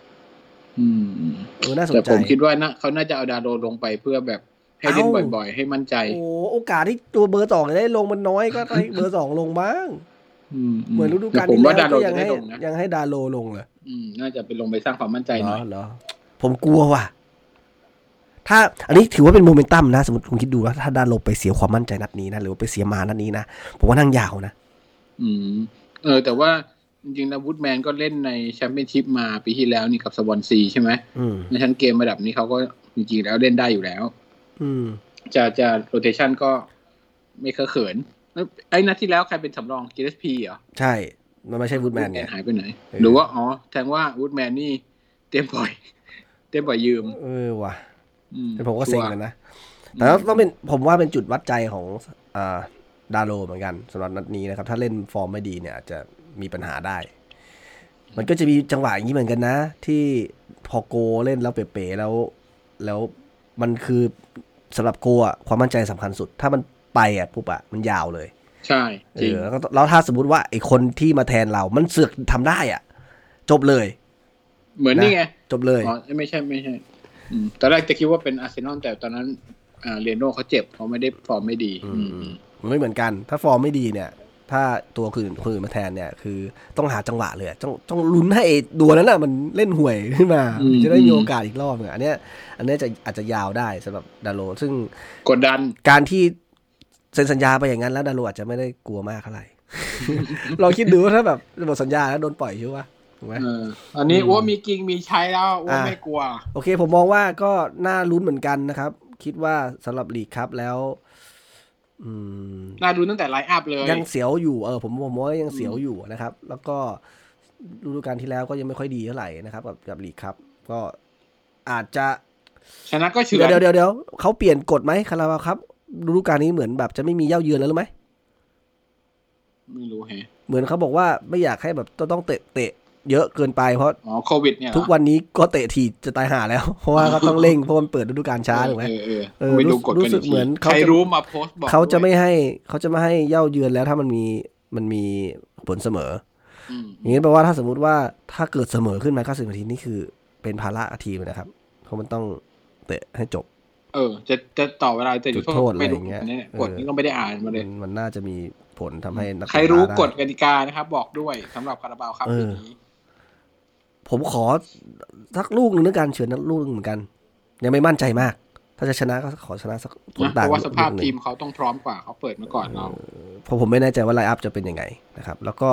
น่าสนใจแต่ผมคิดว่าเขาน่าจะเอาดาโลลงไปเพื่อแบบให้เล่นบ่อยๆให้มั่นใจโอ้โอกาสที่ตัวเบอร์สองจะได้ลงมันน้อยก็ให้เบอร์สองลงบ้างเหมือนฤดูกาลที่แล้วก็ยังให้ดาโลลงเลยน่าจะไปลงไปสร้างความมั่นใจหน่อยเหรอผมกลัวว่ะถ้าอันนี้ถือว่าเป็นโมเมนตัมนะสมมติคุณคิดดูว่าถ้าดาโลไปเสียความมั่นใจนัดนี้นะหรือว่าไปเสียมานัดนี้นะผมว่านั่งยาวนะแต่ว่าจริงๆนะวูดแมนก็เล่นในแชมเปี้ยนชิพมาปีที่แล้วนี่กับสวอนซีใช่ไหมในชั้นเกมระดับนี้เขาก็จริงๆแล้วเล่นได้อยู่แล้วจะโรเทชันก็ไม่เคอะเขินไอ้นัดที่แล้วใครเป็นสำรอง GSP เหรอใช่มันไม่ใช่วูดแมนไงหายไปไหนหรือว่าแทงว่าวูดแมนนี่เต็มปล่อยยืมว่ะผมก็เซ็งกันนะแต่ต้องเป็นผมว่าเป็นจุดวัดใจของดาโลเหมือนกันสำหรับนัดนี้นะครับถ้าเล่นฟอร์มไม่ดีเนี่ยอาจจะมีปัญหาได้มันก็จะมีจังหวะอย่างนี้เหมือนกันนะที่พอโกเล่นแล้วเป๋ๆแล้วมันคือสำหรับโกอ่ะความมั่นใจสำคัญสุดถ้ามันไปปุ๊บมันยาวเลยใช่จริงแล้วถ้าสมมุติว่าไอ้คนที่มาแทนเรามันเสือกทำได้จบเลยเหมือนนี่ไงจบเลยไม่ใช่ตอนแรกจะคิดว่าเป็นอาร์เซนอลแต่ตอนนั้นเรโน่เขาเจ็บเขาไม่ได้ฟอร์มไม่ดีมันไม่เหมือนกันถ้าฟอร์มไม่ดีเนี่ยถ้าตัวคนอื่นมาแทนเนี่ยคือต้องหาจังหวะเลยต้องลุ้นให้ตัวนั้นมันเล่นห่วยขึ้นมาจะได้มีโอกาสอีกรอบนึงอันนี้อาจจะยาวได้สำหรับดาโลซึ่งกดดันการที่เซ็นสัญญาไปอย่างนั้นแล้วดาโลอาจจะไม่ได้กลัวมากเท่าไหร่ เราคิดดูว่าถ้าแบบหมดสัญญาแล้วโดนปล่อยใช่ปะถูกไหมอันนี้ว่ามีกิงมีใช้แล้วว่าไม่กลัวโอเคผมมองว่าก็น่าลุ้นเหมือนกันนะครับคิดว่าสำหรับลีกครับแล้วน่าดูตั้งแต่ไลน์อัพเลยยังเสียวอยู่ผมว่ายังเสียวอยู่นะครับแล้วก็ฤดูกาลที่แล้วก็ยังไม่ค่อยดีเท่าไหร่นะครับกับลีกครับก็อาจจะชนะก็เฉือนเดี๋ยวเขาเปลี่ยนกฎไหมคาราบาวครับฤดูกาลนี้เหมือนแบบจะไม่มีเย้าเยือนแล้วหรือไหมไม่รู้แฮะเหมือนเขาบอกว่าไม่อยากให้แบบต้องเตะเยอะเกินไปเพราะโควิดเนี่ยทุกวันนี้ก็เตะทีจะตายห่าแล้วเพราะว่าเขาต้องเร่งเพราะมันเปิดฤดูกาลช้าถูกไหมรู้สึกเหมือนใครรู้มาโพสต์บอกเขาจะไม่ให้เย้าเยือนแล้วถ้ามันมีผลเสมออย่างนี้แปลว่าถ้าสมมุติว่าถ้าเกิดเสมอขึ้นมา90 นาทีนี่คือเป็นภาระทีมนะครับเพราะมันต้องเตะให้จบจะต่อเวลาจะจุดโทษอะไรอย่างเงี้ยกฎนี้ก็ไม่ได้อ่านมาเลยมันน่าจะมีผลทำให้นักใครรู้กฎกติกานะครับบอกด้วยสำหรับคาราบาวครับปีนี้ผมขอสักลูกนึงด้วยกันเฉือนนักลูกนึงเหมือนกันยังไม่มั่นใจมากถ้าจะชนะก็ขอชนะสักผลต่างเพราะว่าสภาพทีมเขาต้องพร้อมกว่าเขาเปิดมาก่อนเราเพราะผมไม่แน่ใจว่าไลน์อัพจะเป็นยังไงนะครับแล้วก็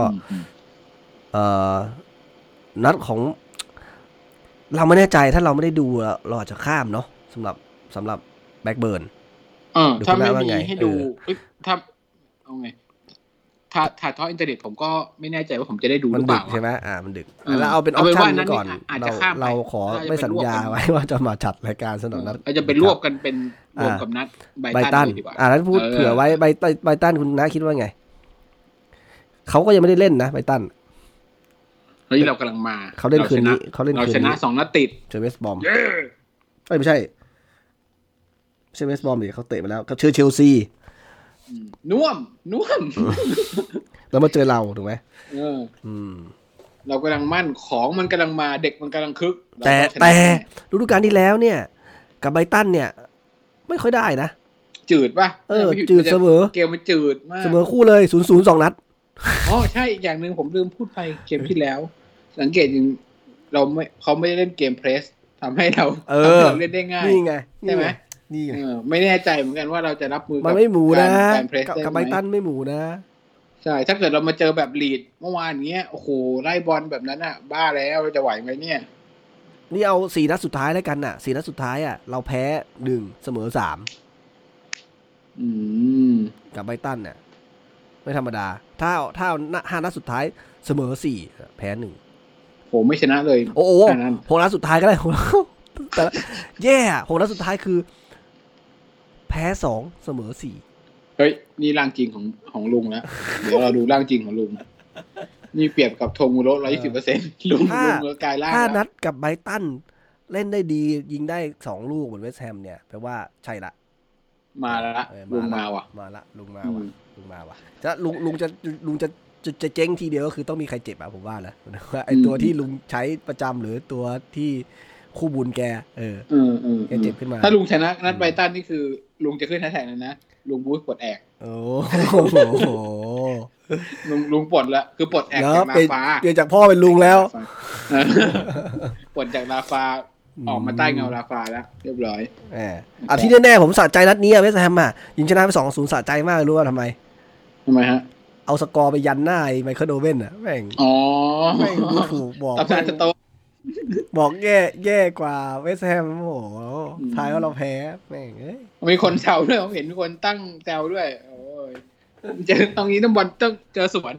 นัดของเราไม่แน่ใจถ้าเราไม่ได้ดูเราอาจจะข้ามเนาะสำหรับแบ็คเบิร์นถ้าไม่มีให้ดูถ้าเอาไงถ่ายทอดอินเทอร์เน็ตผมก็ไม่แน่ใจว่าผมจะได้ดูหรือเปล่าใช่ไหมมันดึกแล้วเอาเป็นออปชั่นก่อนเราขอไม่สัญญาไว้ว่าจะมาจัดรายการสำหรับนัดจะเป็นรวบกันเป็นรวมกับนัดไบตันดีกว่าแล้วพูดเผื่อไว้ไบตันคุณน้าคิดว่าไงเขาก็ยังไม่ได้เล่นนะไบตันเฮ้ยเรากำลังมาเขาเล่นคืนนี้เราชนะ2 นัดติดเจอเวสต์บอมไม่ใช่เวสต์บอมดิเขาเตะไปแล้วเขาเชลซีน่วมแล้วมาเจอเราถูกไหมเรากำลังมั่นของมันกำลังมาเด็กมันกำลังคึกแต่ฤดูกาลที่แล้วเนี่ยกับไบตันเนี่ยไม่ค่อยได้นะจืดป่ะจืดเสมอเกมมันจืดมากเสมอคู่เลย0-0 2 นัดใช่อย่างนึงผมลืมพูดไปเกมที่แล้วสังเกตจริงเขาไม่ได้เล่นเกมเพรสทำให้เราเล่นได้ง่ายนี่ไงใช่ไหมนี่ไม่แน่ใจเหมือนกันว่าเราจะรับมือมันไม่หมูนะกับไบตันไม่หมูนะใช่ถ้าเกิดเรามาเจอแบบลีดเมื่อวานเงี้ยโอ้โหไล่บอลแบบนั้นบ้าแล้วเราจะไหวไหมเนี่ยนี่เอา4 นัดสุดท้ายแล้วกัน4 นัดสุดท้ายเราแพ้1เสมอ3กับไบตันเนี่ยไม่ธรรมดาถ้า5 นัดสุดท้ายเสมอ4แพ้1 โหไม่ชนะเลยโอ้โห6 นัดสุดท้ายก็ได้แต่แย่6 นัดสุดท้ายคือแพ้2เสมอ4 เฮ้ยนี่ร่างจริงของลุงแล้วเดี๋ยวเราดูร่างจริงของลุงนี่เปรียบกับโทมูโร่120%ลุงกายล่างถ้านัแล้วดกับไบรตันเล่นได้ดียิงได้2ลูกเหมือนเวสต์แฮมเนี่ยแปลว่าใช่ละมาละลุงมาว่ะมาละลุงมาว่ะจะลุงจะเจ๊งทีเดียวก็คือต้องมีใครเจ็บอ่ะผมว่านะไอตัวที่ลุงใช้ประจำหรือตัวที่คู่บุญแกแกเจ็บขึ้นมาถ้าลุงชนะนัดไบรตันนี่คือลุงจะขึ้นแฮชแท็กเลยนะลุงบู๊ปลดแอกโอ้โหลุงปลดละคือปลดแอกจากลาฟ้าเปลี่ยนจากพ่อเป็นลุงแล้วปลดจากลาฟ้าออกมาใต้เงาลาฟ้าแล้วเรียบร้อยที่แน่ๆผมสะใจนัดนี้เวสต์แฮมอ่ะยิงชนะไป 2-0 สะใจมากรู้ว่าทำไมฮะเอาสกอร์ไปยันหน้าไอ้ไมเคิลโอเว่นอ่ะแม่งแม่งถูกบอกบอกแย่กว่าเวสต์แฮมโอ้โหทายว่าเราแพ้แม่งมีคนแซวด้วยผมเห็นมีคนตั้งแซวด้วยโอ้ยเจอตรงนี้ต้องบอลต้องเจอสวน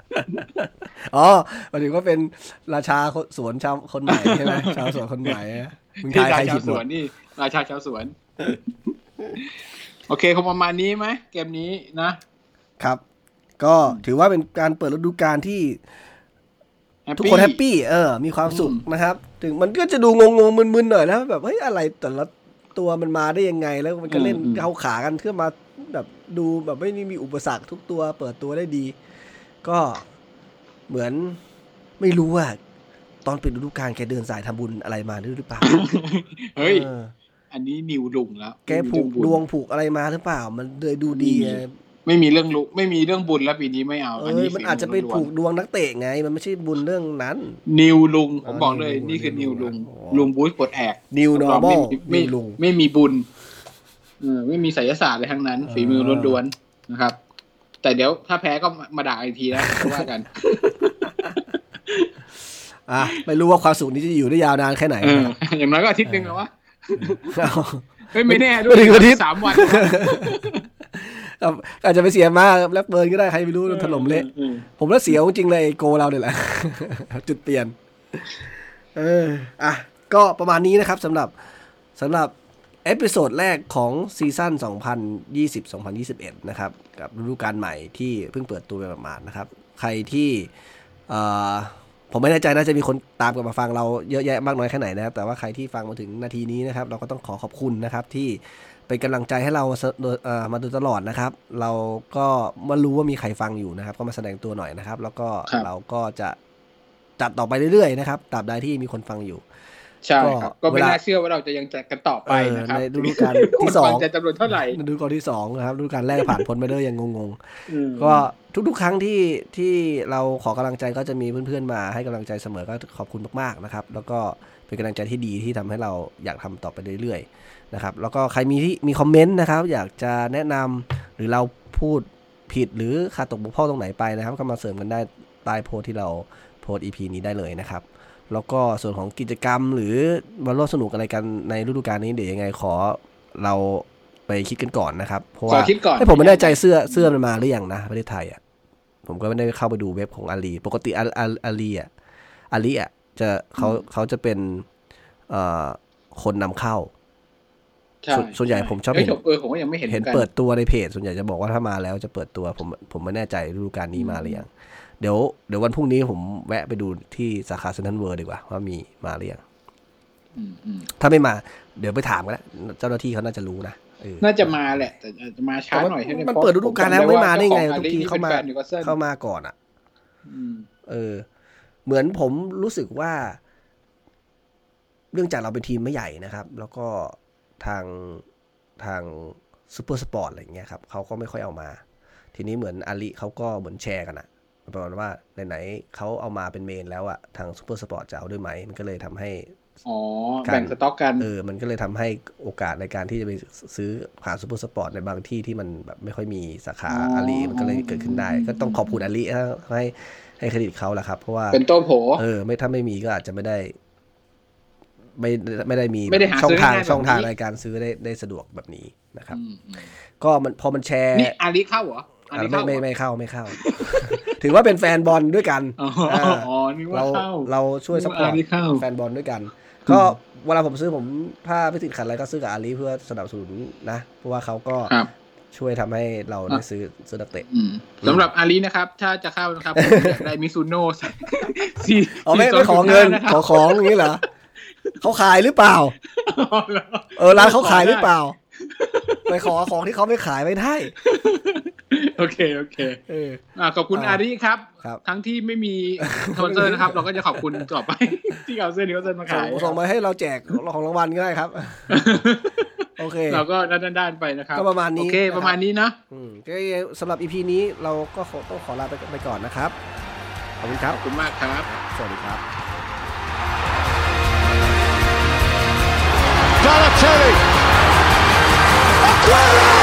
หมายถึงว่าเป็นราชาสวนชาวคนใหม่ใช่ไหมชาวสวนคนใหม่มึงทายใครผิดหมดนี่ราชาชาวสวนโอเคคงประมาณนี้ไหมเกมนี้นะครับก็ถือว่าเป็นการเปิดฤดูกาลที่ทุกคนแฮปปี้มีความสุขนะครับถึงมันก็จะดูงงมึนๆหน่อยแล้วแบบเฮ้ยอะไรแต่ละตัวมันมาได้ยังไงแล้วมันก็เล่นเข้าขากันเพื่อมาแบบดูแบบไม่มีอุปสรรคทุกตัวเปิดตัวได้ดีก็เหมือนไม่รู้ว่าตอนปิดฤดูกาลแกเดินสายทำบุญอะไรมาหรือเปล่าเฮ้ยอันนี้นิวลุงแล้วแกผูกดวงผูกอะไรมาหรือเปล่ามันเลยดูดีไม่มีเรื่องบุญแล้วปีนี้ไม่เอาอันนี้มันอาจจะไปผูกดวงนักเตะไงมันไม่ใช่บุญเรื่องนั้นนิวลุงผมบอกเลยนี่คือนิวลุงบู๊ปลดแอกนิวนอร์มอลไม่มีบุญไม่มีไสยศาสตร์เลยทั้งนั้นฝีมือล้วนๆนะครับแต่เดี๋ยวถ้าแพ้ก็มาด่าอีกทีนะว่ากันไม่รู้ว่าความสุขนี้จะอยู่ได้ยาวนานแค่ไหนอย่างน้อยก็อาทิตย์นึงแล้ววะไม่แน่ด้วย3 วันอาจจะไปเสียมากแล็กเบิร์นก็ได้ใครไม่รู้ถล่มเละผมแล้วเสียจริงเลยโกเราเนี่ยแหละจุดเปลี่ยนก็ประมาณนี้นะครับสำหรับเอพิโซดแรกของซีซั่น2020-2021นะครับกับฤดูกาลใหม่ที่เพิ่งเปิดตัวไปประมาณนะครับใครที่ผมไม่แน่ใจน่าจะมีคนตามกันมาฟังเราเยอะแยะมากน้อยแค่ไหนนะครับแต่ว่าใครที่ฟังมาถึงนาทีนี้นะครับเราก็ต้องขอบคุณนะครับที่เป็นกำลังใจให้เรามาโดยตลอดนะครับเราก็มารู้ว่ามีใครฟังอยู่นะครับก็มาแสดงตัวหน่อยนะครับแล้วก็เราก็จะจัดต่อไปเรื่อยๆนะครับตราบใดที่มีคนฟังอยู่ใช่ครับก็ไม่น่าเชื่อว่าเราจะยังจัดกันต่อไปนะครับในฤดูกาลที่2 จะจำนวนเท่าไหร่ฤดูกาลที่2นะครับฤดูกาลแรกผ่านพ้นไปได้ยังงงๆก็ทุกๆครั้งที่เราขอกำลังใจก็จะมีเพื่อนๆมาให้กำลังใจเสมอก็ขอบคุณมากๆนะครับแล้วก็เป็นกำลังใจที่ดีที่ทำให้เราอยากทำต่อไปเรื่อยๆนะครับแล้วก็ใครมีคอมเมนต์นะครับอยากจะแนะนำหรือเราพูดผิดหรือขาดตกบกพร่องตรงไหนไปนะครับก็มาเสริมกันได้ใต้โพสที่เราโพส EP นี้ได้เลยนะครับแล้วก็ส่วนของกิจกรรมหรือมาร่วมสนุกอะไรกันในฤดูกาลนี้เดี๋ยวยังไงขอเราไปคิดกันก่อนนะครับเพราะว่าให้ผมไม่แน่ใจเสื้อมันมาหรือยังนะประเทศไทยอ่ะผมก็ไม่ได้เข้าไปดูเว็บของอาลีปกติอาลีอ่ะจะเขาจะเป็นคนนำเข้าส่วนใหญ่ผมชอบผมก็ยังไม่เห็นเปิดตัวในเพจส่วนใหญ่จะบอกว่าถ้ามาแล้วจะเปิดตัวผมไม่แน่ใจฤดูกาลนี้มาหรือยังเดี๋ยววันพรุ่งนี้ผมแวะไปดูที่สาขาเซ็นทรัลเวิลด์ดีกว่าว่ามีมาหรือยังถ้าไม่มาเดี๋ยวไปถามกันแล้วเจ้าหน้าที่เขาน่าจะรู้นะน่าจะมาแหละแต่จะมาช้าหน่อยใช่ไหมมันเปิดฤดูกาลแล้วไม่มาได้ไงทุกทีเข้ามาก่อนอ่ะเหมือนผมรู้สึกว่าเรื่องจากเราเป็นทีมไม่ใหญ่นะครับแล้วก็ทางซุปเปอร์สปอร์ตอะไรอย่างเงี้ยครับเขาก็ไม่ค่อยเอามาทีนี้เหมือนอาลีเขาก็เหมือนแชร์กันอะประมาณว่าไหนๆเขาเอามาเป็นเมนแล้วอะทางซุปเปอร์สปอร์ตจะเอาด้วยไหมมันก็เลยทำให้แบ่งสต็อกกันมันก็เลยทำให้โอกาสในการที่จะไปซื้อผ่านซุปเปอร์สปอร์ตในบางที่ที่มันแบบไม่ค่อยมีสาขาอาลีมันก็เลยเกิดขึ้นได้ก็ต้องขอบคุณอาลีให้เครดิตเขาแหละครับเพราะว่าเป็นต้นโผไม่ถ้าไม่มีก็อาจจะไม่ได้มีช่องทางในการซื้อได้สะดวกแบบนี้นะครับก็มันพอมันแชร์นี่อาลีเข้าเหรอไม่เข้าถือว่าเป็นแฟนบอลด้วยกันนี่ว่าเราช่วยซัพพอร์ตแฟนบอลด้วยกันก็เวลาผมซื้อถ้าไม่ติดขัดอะไรก็ซื้อกับอาลีเพื่อสนับสนุนนะเพราะว่าเขาก็ช่วยทำให้เราได้ซื้อนักเตะสำหรับอาลีนะครับถ้าจะเข้านะครับอยากได้มิซูโน่ไม่ขอเงินขอของอย่างนี้เหรอเขาขายหรือเปล่าร้านเขาขายหรือเปล่าไปขอของที่เขาไม่ขายไม่ได้โอเคขอบคุณอาลีครับทั้งที่ไม่มีสปอนเซอร์นะครับเราก็จะขอบคุณต่อไปที่เอาเสื้อนิวเซนมาขายส่งมาให้เราแจกของรางวัลก็ได้ครับโอเคเราก็ด้านๆไปนะครับก็ประมาณนี้โอเคประมาณนี้นะก็สำหรับ EP นี้เราก็ต้องขอลาไปก่อนนะครับขอบคุณครับขอบคุณมากครับสวัสดีครับ Balotelli Aguero